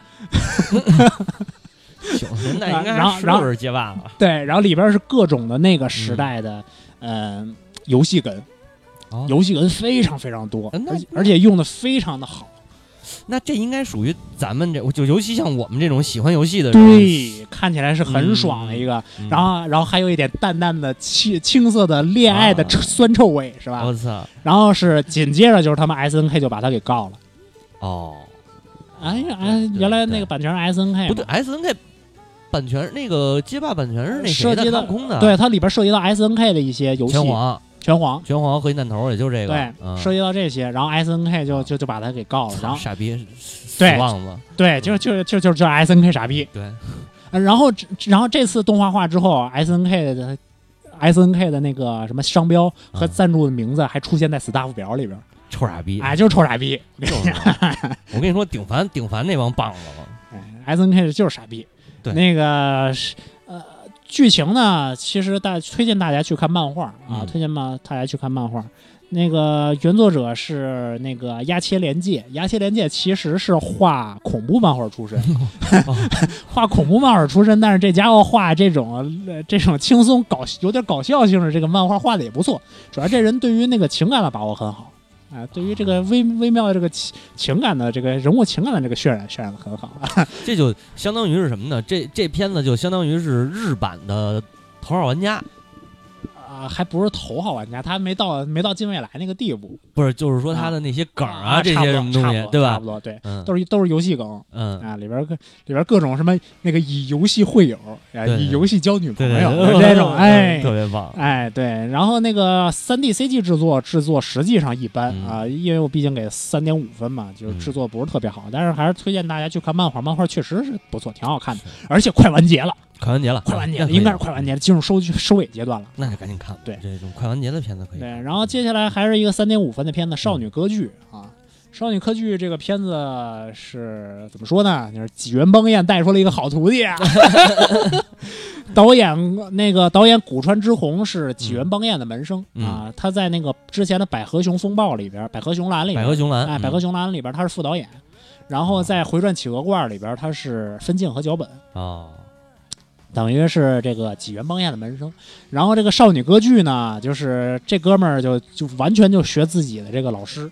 九十年代应该是不是街霸了？ 对，然后里边是各种的那个时代的、嗯、呃游戏梗，游戏梗非常非常多，而而且用的非常的好。 那这应该属于咱们这，就尤其像我们这种喜欢游戏的人， 对，看起来是很爽的一个， 嗯、 然后然后还有一点淡淡的青青涩的恋爱的酸臭味，啊、是吧？ 我操！ 然后是紧接着就是他们 S N K 就把他给告了。 哦， 哎呀，哎，原来那个版权是 S N K 不对 ，S N K 版权那个街霸版权是那涉及到空的， 对，它里边涉及到 S N K 的一些游戏。 拳皇。 拳皇， 拳皇和一弹头，也就这个， 对， 嗯、 涉及到这些，然后 S N K 就就就把他给告了，然后傻逼， 对， 忘子， 对，就就就就叫 S N K 傻逼， 对， 然后然后这次动画化之后 ，S N K 的 S N K 的那个什么商标和赞助的名字还出现在 staff 表里边， 臭傻逼， 哎，就是臭傻逼， 我跟你说，顶凡顶凡那帮棒子了， 哎 ，S N K 就是傻逼， 对， 那个是呃。剧情呢，其实大推荐大家去看漫画啊， 嗯、 推荐嘛大家去看漫画。那个原作者是那个鸭切连介，鸭切连介其实是画恐怖漫画出身，画恐怖漫画出身，但是这家伙画这种、呃、这种轻松搞有点搞笑性的这个漫画画的也不错，主要这人对于那个情感的把握很好。啊、呃，对于这个微微妙的这个情情感的这个人物情感的这个渲染渲染的很好， 这就相当于是什么呢？这这片子就相当于是日版的《头号玩家》 啊、呃，还不是头号玩家，他没到没到近未来那个地步。 不是，就是说他的那些梗啊， 啊这些什么东西，对吧？ 差不多，对， 嗯、 都是都是游戏梗， 嗯啊，里边里边各种什么那个以游戏会友，啊，以游戏交女朋友对对对这种，哎， 特别棒， 哎，对。然后那个三 D C G 制作制作实际上一般、 嗯、 啊，因为我毕竟给三点五分嘛，就是制作不是特别好，嗯、但是还是推荐大家去看漫画，漫画确实是不错，挺好看的，而且快完结了。 快完结了， 快完结了，应该是快完结了，进入收收尾阶段了。 那就赶紧看， 对这种快完结的片子可以。 对，然后接下来还是一个三点五分的片子《少女歌剧》啊，《少女歌剧》这个片子是怎么说呢？就是纪元邦彦带出了一个好徒弟啊。导演那个导演古川之弘是纪元邦彦的门生、 嗯、 啊，他在那个之前的《百合熊风暴》里边，《百合熊蓝》里边， 百合熊蓝， 哎，《百合熊蓝》里边他是副导演，嗯、然后在《回转企鹅罐》里边他是分镜和脚本哦。 等于是这个纪元邦彦的门生，然后这个少女歌剧呢，就是这哥们儿就就完全就学自己的这个老师，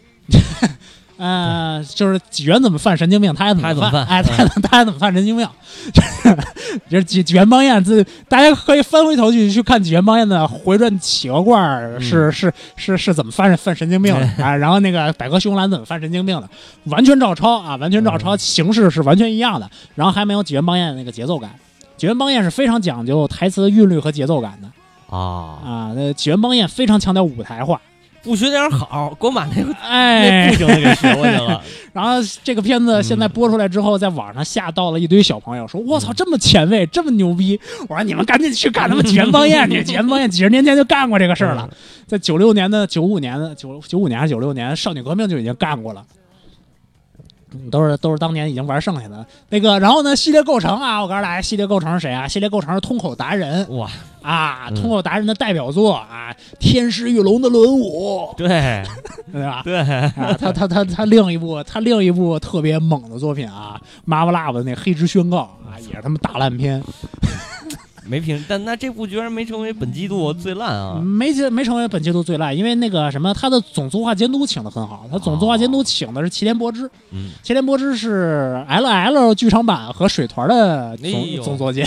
呃，就是纪元怎么犯神经病，他也怎么犯，哎，他他也怎么犯神经病，就是纪纪元邦彦自大家可以翻回头去去看纪元邦彦的回转企鹅罐是、嗯、是是是怎么犯犯神经病的啊，然后那个百合熊蓝怎么犯神经病的，完全照抄啊，完全照抄，形式是完全一样的，然后还没有纪元邦彦那个节奏感。纪元邦彦是非常讲究台词的韵律和节奏感的啊啊，那起源邦彦非常强调舞台化。 不学点好，给我把那个哎， 那不行的给学过去了。 然后这个片子现在播出来之后，在网上吓到了一堆小朋友，说：“我操，这么前卫，这么牛逼！”我说：“你们赶紧去看他们起源邦彦，你起源邦彦几十年前就干过这个事儿了，在九六年的、九五年的、九九五年还是九六年，少女革命就已经干过了。”都是都是当年已经玩剩下的那个，然后呢，系列构成啊，我告诉大家，系列构成是谁啊？系列构成是通口达人， 哇啊，通口达人的代表作啊，《天师与龙的轮舞》， 对对吧？ 对啊，他他他他另一部他另一部特别猛的作品啊 ，Marvel Lab 的那《黑之宣告》啊，也是他们大烂片。 没评，但那这部居然没成为本季度最烂啊！ 没没成为本季度最烂，因为那个什么，他的总作画监督请的很好，他总作画监督请的是祁连博之， 嗯， 祁连博之是 L L 剧场版和水团的总、 哎、 总作监，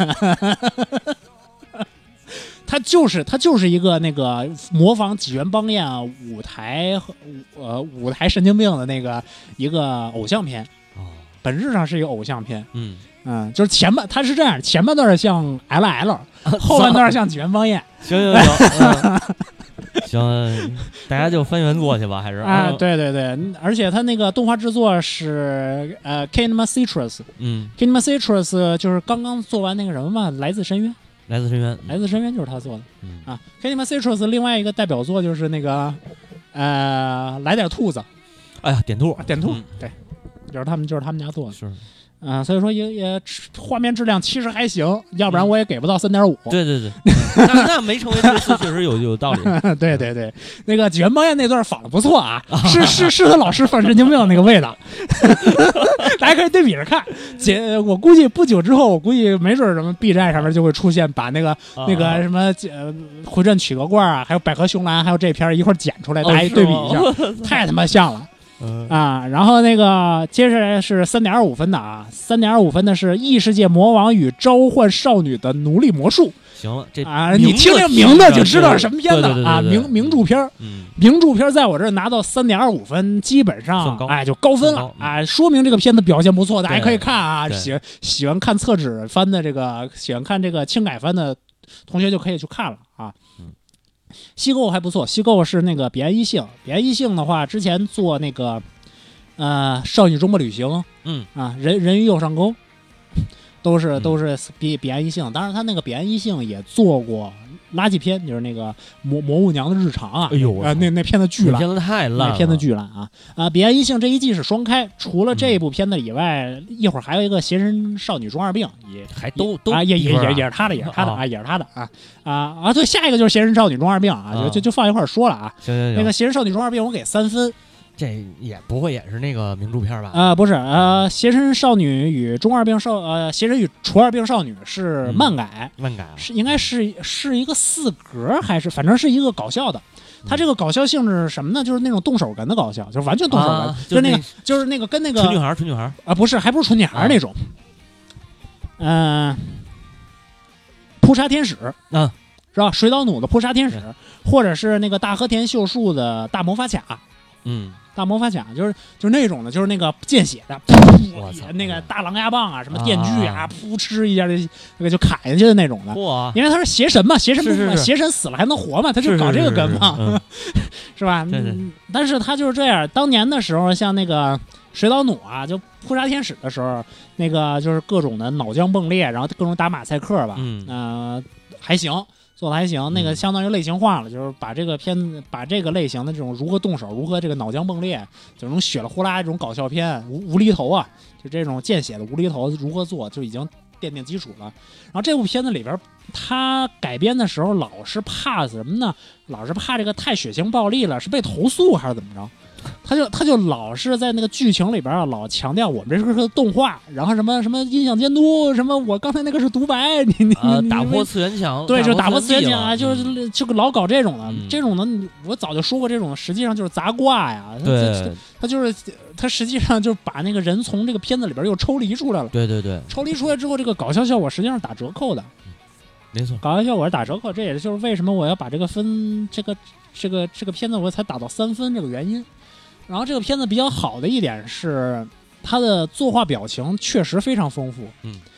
他就是他就是一个那个模仿纪元邦彦舞台和呃舞台神经病的那个一个偶像片， 哦， 本质上是一个偶像片， 嗯。 嗯，就是前半他是这样，前半段像 L L， 后半段像纪元邦彦。 行行行，嗯、行，大家就翻原作去吧，还是啊，对对对，而且他那个动画制作是呃 Kinema Citrus， 嗯 ，Kinema Citrus 就是刚刚做完那个什么嘛，来自深渊， 来自深渊， 来自深渊就是他做的， 嗯啊 ，Kinema Citrus 另外一个代表作就是那个呃来点兔子， 哎呀，点兔， 点兔， 嗯、 对，就是他们就是他们家做的， 是。 啊、呃，所以说也也画面质量其实还行，要不然我也给不到三点五。 对对对，那那没成为这次确实有有道理。 对对对，那个纪元邦彦那段仿的不错啊，是是是他老师犯神经病那个味道，大家可以对比着看。姐，我估计不久之后，我估计没准什么 B 站上面就会出现把那个、啊、那个什么呃回转曲格罐啊，还有百合熊兰，还有这片一块剪出来，大家对比一下，哦、太他妈像了。 嗯、 啊，然后那个接下来是三点二五分的啊，三点二五分的是《异世界魔王与召唤少女的奴隶魔术》。 行了，这啊，你听这名字就知道是什么片子了啊，名名著片儿， 嗯， 名著片儿在我这儿拿到三点二五分，基本上哎就高分了啊，说明这个片子表现不错，大家可以看啊，喜喜欢看厕纸番的这个，喜欢看这个轻改番的同学就可以去看了啊。 嗯。 西构还不错，西构是那个彼岸一幸，彼岸一幸的话，之前做那个呃少女周末旅行， 嗯啊人人鱼右上钩，都是都是彼彼岸一幸。当然，他那个彼岸一幸也做过垃圾片，就是那个魔魔物娘的日常啊， 哎呦， 啊那那片子巨烂， 片子太烂， 那片子巨烂啊啊！彼岸一幸这一季是双开，除了这部片子以外，嗯、一会儿还有一个邪神少女中二病，也还都都啊也也也也是他的，也是他的啊，也是他的啊啊啊！对，下一个就是邪神少女中二病啊，就就就放一块儿说了啊。 行行行， 那个邪神少女中二病我给三分。 这也不会也是那个名著片吧？ 啊、呃，不是，呃，邪神少女与中二病少，呃，邪神与除二病少女是漫改， 嗯、漫改、啊、 是应该是是一个四格还是反正是一个搞笑的。它这个搞笑性质是什么呢？就是那种动手感的搞笑，就是完全动手感， 啊、 就是那个就是那个跟那个纯女孩，纯女孩啊、 呃，不是，还不是纯女孩那种，嗯、呃，扑杀天使啊， 是吧？水岛努的扑杀天使，或者是那个大和田秀树的大魔法卡， 嗯。 大魔法甲就是就是那种的，就是那个见血的， 我操， 那个大狼牙棒啊，什么电锯啊，噗嗤一下就那个就砍下去的那种的。 哇！ 因为他是邪神嘛，邪神不是是是邪神死了还能活嘛，他就搞这个梗嘛， 是, 是, 是, 是, 是吧？ 对对但是他就是这样，当年的时候，像那个水岛努啊，就扑杀天使的时候，那个就是各种的脑浆迸裂，然后各种打马赛克吧， 嗯， 呃，还行。做的还行，那个相当于类型化了，嗯、就是把这个片子，把这个类型的这种如何动手，如何这个脑浆迸裂，这种血了呼啦这种搞笑片，无无厘头啊，就这种见血的无厘头如何做，就已经奠定基础了。然后这部片子里边，他改编的时候老是怕什么呢？老是怕这个太血腥暴力了，是被投诉还是怎么着？他就他就老是在那个剧情里边啊，老强调我们这是个动画，然后什么什么音响监督，什么我刚才那个是独白，你你、 呃、 你打破次元墙， 对，就打破次元墙啊，就是就老搞这种的， 嗯、 这种的我早就说过，这种实际上就是砸挂呀。 对， 他就是他实际上就是把那个人从这个片子里边又抽离出来了。 对对对， 抽离出来之后，这个搞笑效果实际上是打折扣的。 没错， 搞笑效果是打折扣，这也就是为什么我要把这个分这个这个这个片子我才打到三分这个原因。然后这个片子比较好的一点是，它的作画表情确实非常丰富。 嗯，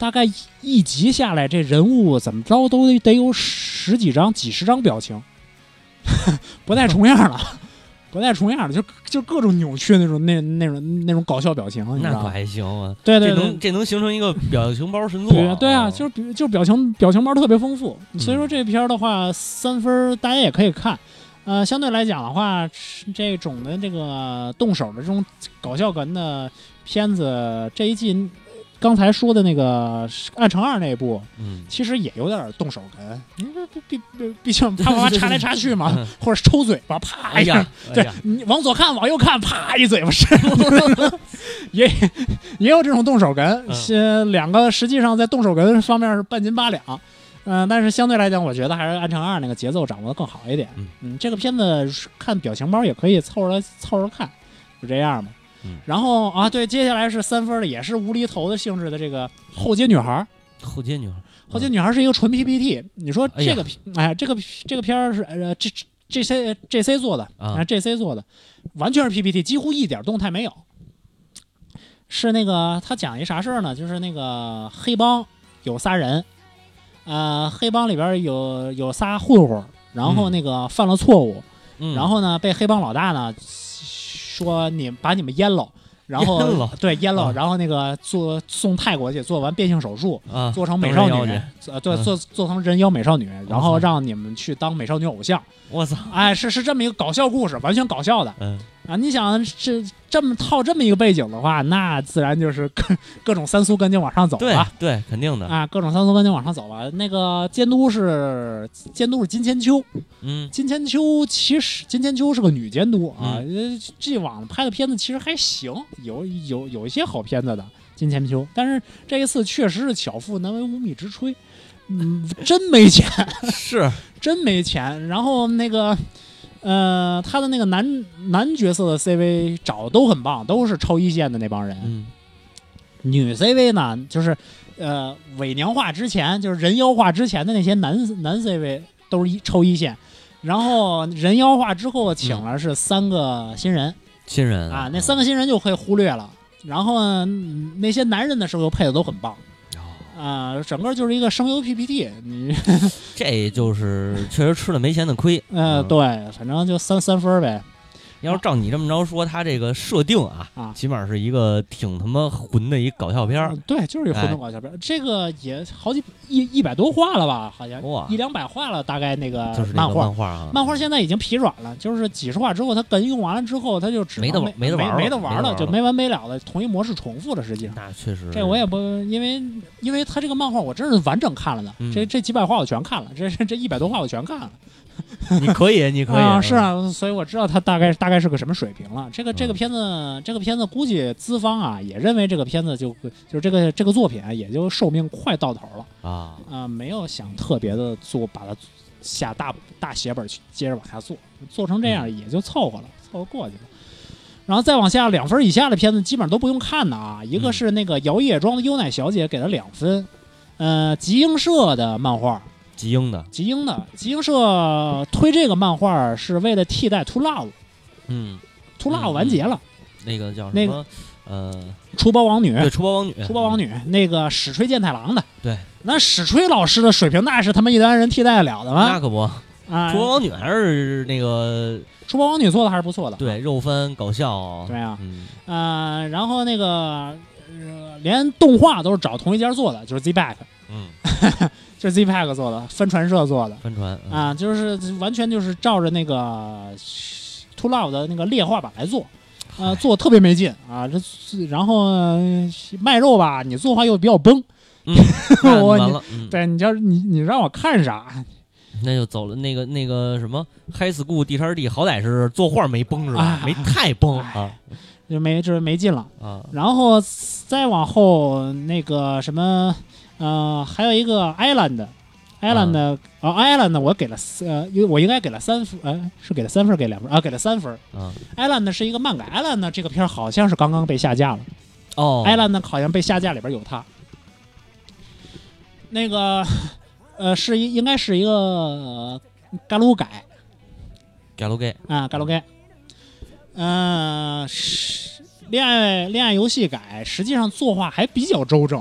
大概一集下来，这人物怎么着都得得有十几张、几十张表情，不带重样了。不带重样的，就就各种扭曲那种那那种那种搞笑表情，你知道吗？ 那可还行啊！ 对对对， 这能这能形成一个表情包神作、 啊。对啊，就是就表情表情包特别丰富，所以说这片的话，三分大家也可以看。呃，相对来讲的话，这种的这个动手的这种搞笑哏的片子，这一季刚才说的那个《暗城二》那一部， 嗯， 其实也有点动手哏，因为毕毕毕竟啪啪啪插来插去嘛，或者是抽嘴巴，啪一下， 哎、 对你往左看往右看，啪一嘴巴是，也也有这种动手哏，是两个实际上在动手哏方面是半斤八两。嗯、呃，但是相对来讲，我觉得还是《暗城二》那个节奏掌握的更好一点。 嗯， 嗯这个片子看表情包也可以凑着凑着看，就这样吧。 嗯， 然后啊，对，接下来是三分的，也是无厘头的性质的这个后街女孩。 后街女孩， 后街女孩是一个纯 P P T。你说这个， 哎, 哎，这个这个片儿是呃，这 G C G C 做的啊 ，G C 做的，完全是 P P T， 几乎一点动态没有。是那个他讲一啥事儿呢？就是那个黑帮有仨人。呃，黑帮里边有有仨混混，然后那个犯了错误， 嗯、 然后呢被黑帮老大呢说你把你们阉了，然后阉了对阉了、 啊， 然后那个做送泰国去做完变性手术， 啊、 做成美少女，呃对、 嗯、 做做成人妖美少女，然后让你们去当美少女偶像。 我操！ 哎，是是这么一个搞笑故事，完全搞笑的。 嗯啊，你想这这么套这么一个背景的话，那自然就是各各种三苏跟就往上走了。 对对，肯定的啊，各种三苏跟就往上走了。那个监督是监督是金千秋， 嗯， 金千秋其实金千秋是个女监督啊。 嗯、 既往拍的片子其实还行，有有有一些好片子的金千秋，但是这一次确实是巧妇难为无米之炊。嗯，真没钱， 是真没钱。然后那个，呃，他的那个男男角色的 C V 找都很棒，都是超一线的那帮人。 嗯， 女 C V 呢，就是呃伪娘化之前，就是人妖化之前的那些男男 C V 都是一超一线，然后人妖化之后请了是三个新人， 嗯、新人啊，那三个新人就可以忽略了。然后呢，那些男人的时候配的都很棒。啊、呃，整个就是一个声优 P P T， 你这就是确实吃了没钱的亏。 呃， 嗯、 对，反正就三三分呗。 要是照你这么着说，他这个设定啊， 啊， 起码是一个挺他妈混的一搞笑片、 嗯。对，就是一混的搞笑片、哎。这个也好几一一百多话了吧？好像一两百话了，大概那个漫画。 漫画啊， 漫画现在已经疲软了，就是几十话之后，它梗用完了之后，它就只没得没得玩没得玩了，就没完没了的同一模式重复了。实际上， 那确实， 这我也不因为因为它这个漫画我真是完整看了的， 嗯、 这这几百话我全看了，这这一百多话我全看了。 你可以，你可以啊，是啊，所以我知道他大概大概是个什么水平了。这个这个片子，嗯、这个片子估计资方啊也认为这个片子就就是这个这个作品啊也就寿命快到头了啊啊、呃，没有想特别的做，把它下大大血本去接着往下做，做成这样也就凑合了，嗯、凑合过去了。然后再往下两分以下的片子基本上都不用看的啊，一个是那个摇曳庄的优乃小姐给了两分，呃，集英社的漫画。 集英的， 集英的，集英社推这个漫画是为了替代 To Love， 嗯 ，To Love 完结了， 嗯、那个叫什么？ 那个呃， 出包王女， 对，出包王女， 出包王女，那个史吹健太郎的， 对， 那史吹老师的水平那是他们一般人替代得了的吗？ 那可不， 啊， 出包王女还是那个出包王女做的还是不错的， 对，肉番搞笑， 对啊， 嗯， 呃，然后那个、呃、连动画都是找同一家做的，就是 Z-Back， 嗯。 这是 Z-Pack 做的，帆船社做的， 帆船、嗯、 啊，就是完全就是照着那个 To Love 的那个劣化版来做，呃，做特别没劲啊。这然后、呃、卖肉吧，你做的话又比较崩， 嗯、 我完了， 嗯、对你要你你让我看啥？ 那就走了。那个那个什么 High School 第三 D， 好歹是作画没崩是吧？ 啊、 没太崩啊， 就没就是没劲了啊。 然后再往后那个什么。呃，还有一个 Island，Island Island， 啊、哦、，Island 我给了呃，我应该给了三分，呃，是给了三分，给两分啊，给了三分。 啊 ，Island 是一个漫改 ，Island 呢这个片好像是刚刚被下架了。 哦 ，Island 好像被下架里边有它。那个，呃，是一应该是一个、呃、嘎鲁改， 嘎鲁改啊，嘎鲁改，嗯、呃，恋爱恋爱游戏改，实际上作画还比较周正。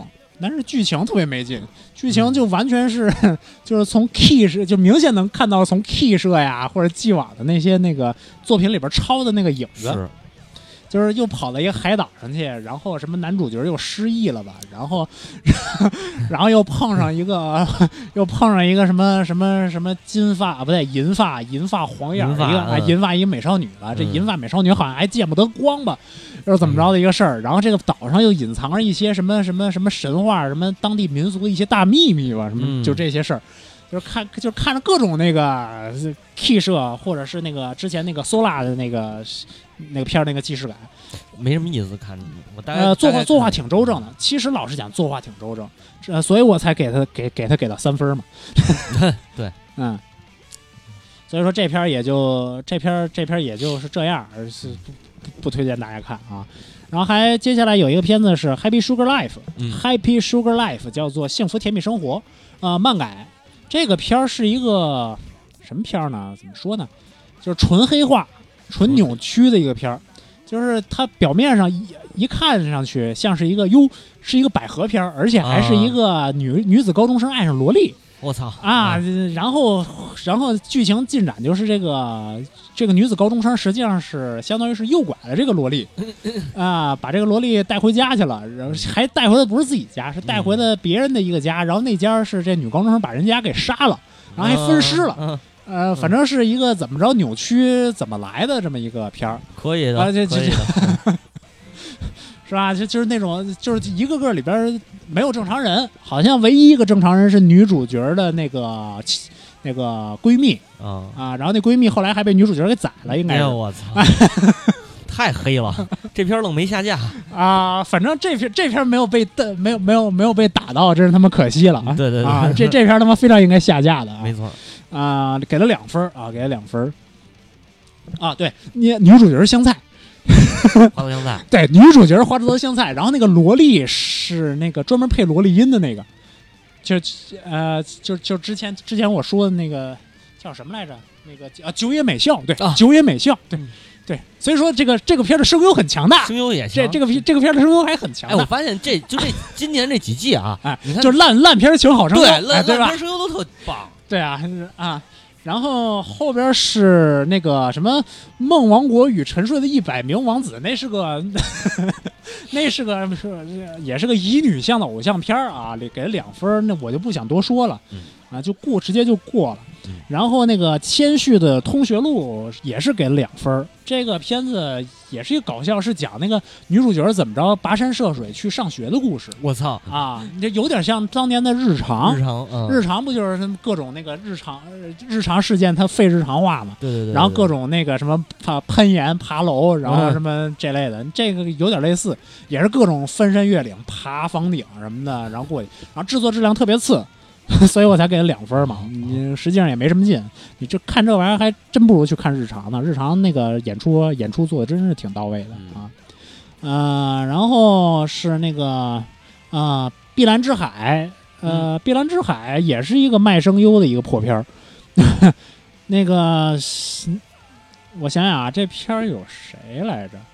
但是剧情特别没劲，剧情就完全是就是从 key 社就明显能看到从 key 社呀或者既往的那些那个作品里边抄的那个影子。 是。 就是又跑到一个海岛上去，然后什么男主角又失忆了吧，然后，然后又碰上一个，又碰上一个什么什么什么金发不对银发银发黄眼一个啊银发一个美少女吧，这银发美少女好像还见不得光吧，又是怎么着的一个事儿。然后这个岛上又隐藏着一些什么什么什么神话，什么当地民俗的一些大秘密吧，什么就这些事儿。就是看，就是看着各种那个 Key 社，或者是那个之前那个 Sola 的那个那个片儿那个既视感， 没什么意思看。我大概呃作画作画挺周正的，其实老实讲作画挺周正，呃，所以我才给他给给他给到三分嘛。 对， 嗯，所以说这片也就这片这片也就是这样，而是不不不推荐大家看啊。然后还接下来有一个片子是 Happy Sugar Life， 嗯、 Happy Sugar Life 叫做幸福甜蜜生活，呃，漫改。这个片儿是一个什么片儿呢？怎么说呢？就是纯黑化、纯扭曲的一个片儿。就是它表面上一一看上去像是一个哟，是一个百合片儿，而且还是一个女、啊、女子高中生爱上萝莉。 我操啊！然后，然后剧情进展就是这个这个女子高中生实际上是相当于是诱拐了这个萝莉，啊，把这个萝莉带回家去了，然后还带回的不是自己家，是带回的别人的一个家，然后那家是这女高中生把人家给杀了，然后还分尸了，呃，反正是一个怎么着扭曲怎么来的这么一个片儿， 可以的， 啊，这可以的。 是吧？就就是那种，就是一个个里边没有正常人，好像唯一一个正常人是女主角的那个那个闺蜜啊啊，然后那闺蜜后来还被女主角给宰了，应该是。 哎呦我操！太黑了，这片愣没下架啊！反正这片这片没有被没有没有没有被打到，真是他妈可惜了啊！ 对对对， 啊，这这片他妈非常应该下架的啊！ 没错啊，给了两分啊，给了两分啊！对，你女主角是香菜。 花泽香菜对，女主角是花泽香菜，然后那个萝莉是那个专门配萝莉音的那个，就呃就就之前之前我说的那个叫什么来着？那个啊久野美孝，对， 啊、 久野美孝，对对，所以说这个这个片的声优很强大， 声优也这这个这个片的声优还很强大。 哎，我发现这就这今年这几季啊， 哎， 你看就是烂烂片请好声优， 对，烂哎、对吧？ 烂片声优都特棒， 对啊啊。然后后边是那个什么《梦王国与沉睡的一百名王子》，那是个那是个是也是个乙女向的偶像片啊，给了两分，那我就不想多说了， 嗯、 啊，就过直接就过了。 嗯、 然后那个谦虚的通学录也是给了两分，这个片子也是一个搞笑，是讲那个女主角怎么着跋山涉水去上学的故事。 我操啊，这有点像当年的日常， 日常，嗯、 日常不就是各种那个日常日常事件它废日常化嘛？ 对对 对, 对。 然后各种那个什么爬攀岩、爬楼，然后什么这类的，嗯、这个有点类似，也是各种翻山越岭、爬房顶什么的，然后过去，然后制作质量特别次。所以我才给了两分嘛，你实际上也没什么劲，你这看这玩意儿还真不如去看日常呢。日常那个演出演出做的真是挺到位的啊，呃，然后是那个啊，呃《碧蓝之海》呃，《碧蓝之海》也是一个卖声优的一个破片儿。那个我想想啊，这片儿有谁来着？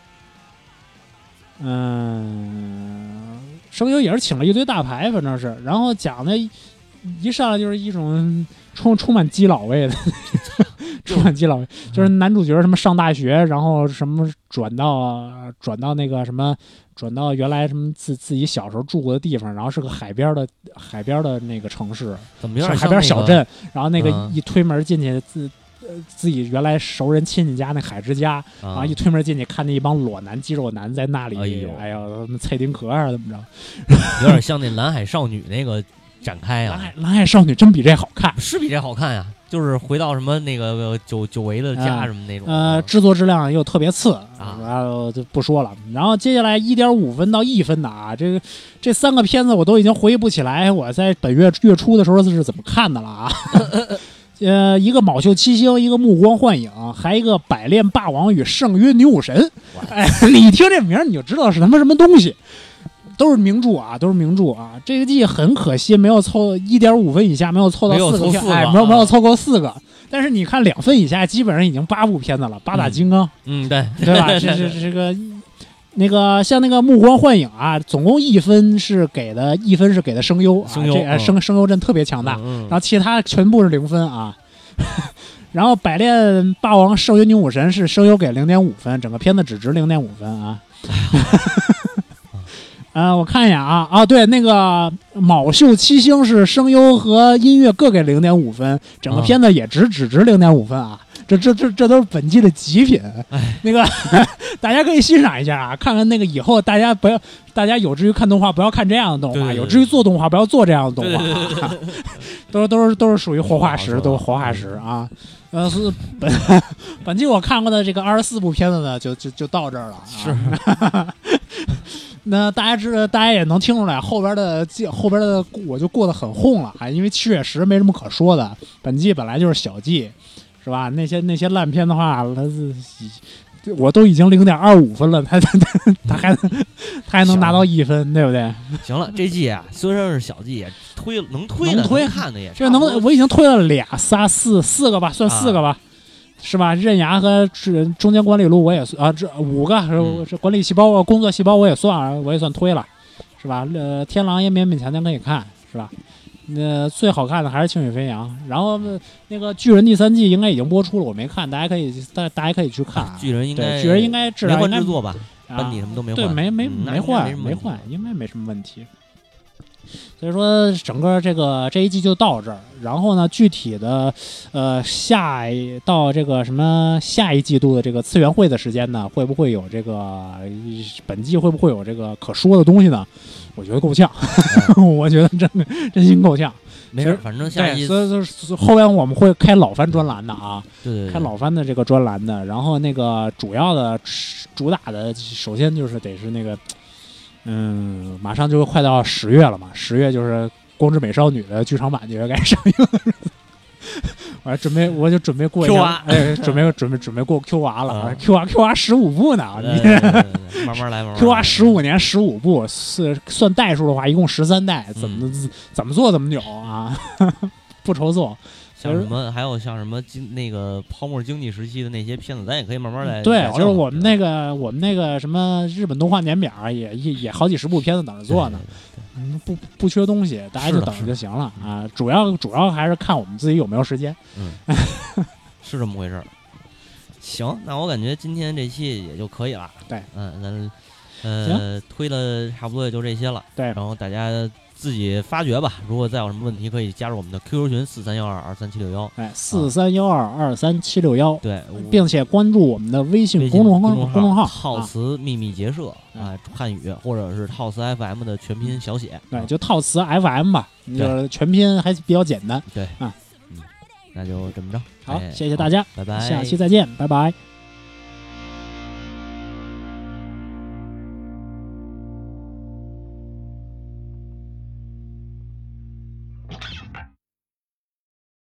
嗯，声优也是请了一堆大牌，反正是，然后讲的。一上来就是一种充充满基佬味的，充满基佬味，就是男主角什么上大学，然后什么转到转到那个什么，转到原来什么自自己小时候住过的地方，然后是个海边的海边的那个城市， 怎么样？ 海边小镇，然后那个嗯、 一推门进去，自自己原来熟人亲戚家那海之家， 嗯、 然后一推门进去，看见一帮裸男肌肉男在那里， 哎呦， 哎呦，蔡丁壳啊，怎么着？ 有点像那蓝海少女那个。展开啊！ 蓝海蓝海少女真比这好看， 是比这好看呀！就是回到什么那个久久违的家什么那种， 呃，制作质量又特别次啊， 然后就不说了。然后接下来一点五分到一分的啊，这个这三个片子我都已经回忆不起来，我在本月月初的时候是怎么看的了啊？呃，一个卯宿七星，一个目光幻影，还一个百炼霸王与圣约女武神。哎，你一听这名你就知道是他妈什么东西。都是名著啊，都是名著啊！这个季很可惜没有凑一点五分以下，没有凑到四个片，哎，没有没有凑够四个。但是你看两分以下，基本上已经八部片子了，八大金刚， 嗯，对对吧？这是这个那个像那个《目光幻影》啊，总共一分是给的，一分是给的声优， 声优、 啊、这、 嗯、 声声优阵特别强大， 嗯嗯、 然后其他全部是零分啊。然后《百炼霸王圣约女武神》是声优给零点五分，整个片子只值零点五分啊。呃，我看一眼啊，啊，对，那个《卯宿七星》是声优和音乐各给零点五分，整个片子也只、啊、只值零点五分啊。这这这这都是本季的极品，那个大家可以欣赏一下啊，看看那个以后大家不要，大家有志于看动画不要看这样的动画， 对对对有志于做动画不要做这样的动画， 对对对对都是都是都是属于活化石，都是活化石啊。呃，是本本季我看过的这个二十四部片子呢，就就就到这儿了、啊。 是。 那大家知道，大家也能听出来，后边的后边的我就过得很轰了啊，因为确实没什么可说的。本季本来就是小季。是吧？那些那些烂片的话，他是我都已经零点二五分了，他他他他还他还能拿到一分，对不对？ 行了，这季啊虽然是小季，也推能推的能推看的也这能我已经推了俩仨四四个吧，算四个吧，啊、是吧？刃牙和中间管理录我也算啊，这五个、嗯、这管理细胞工作细胞我也算我也算推了，是吧？呃，天狼也勉勉强强可以看，是吧？那、呃、最好看的还是《轻羽飞扬》，然后那个巨人第三季应该已经播出了，我没看，大家可以大大家可以去看、啊。 巨人应该巨人应该质量应该制作吧，班底什么都没换， 对，没没、 嗯、 没换没换，应该没什么问题。所以说，整个这个这一季就到这儿。然后呢，具体的，呃，下到这个什么下一季度的这个次元会的时间呢，会不会有这个本季会不会有这个可说的东西呢？我觉得够呛，嗯、我觉得真的真心够呛。 没事，反正下一所以所以后边我们会开老番专栏的啊， 对对对， 开老番的这个专栏的。然后那个主要的主打的，首先就是得是那个。嗯，马上就快到十月了嘛，十月就是《光之美少女》的剧场版就该上映了。我还准备，我就准备过一下，哎，准备准备准备过 Q 娃了、嗯、，Q 娃 Q 娃十五部呢， 对对对对慢慢来，慢慢来。 Q 娃十五年十五部，是算代数的话，一共十三代，怎么、嗯、怎么做怎么扭啊，不愁做。 像什么，还有像什么经那个泡沫经济时期的那些片子，咱也可以慢慢来。 对，就是我们那个我们那个什么日本动画年表也也也好几十部片子等着做呢，嗯，不不缺东西，大家就等着就行了啊。主要主要还是看我们自己有没有时间。 嗯，是这么回事儿。行，那我感觉今天这期也就可以了。 对， 嗯，咱呃推的差不多也就这些了。 对， 然后大家。自己发掘吧，如果再有什么问题，可以加入我们的 Q Q 群四三幺二二三七六幺， 哎，四三幺二二三七六幺， 对， 并且关注我们的微信公众号，公众号套词秘密结社啊，汉语或者是套词 F M 的全拼小写， 对，就套词 F M 吧，就是全拼还比较简单， 对啊， 嗯，那就这么着， 好，谢谢大家， 拜拜， 下期再见，拜拜。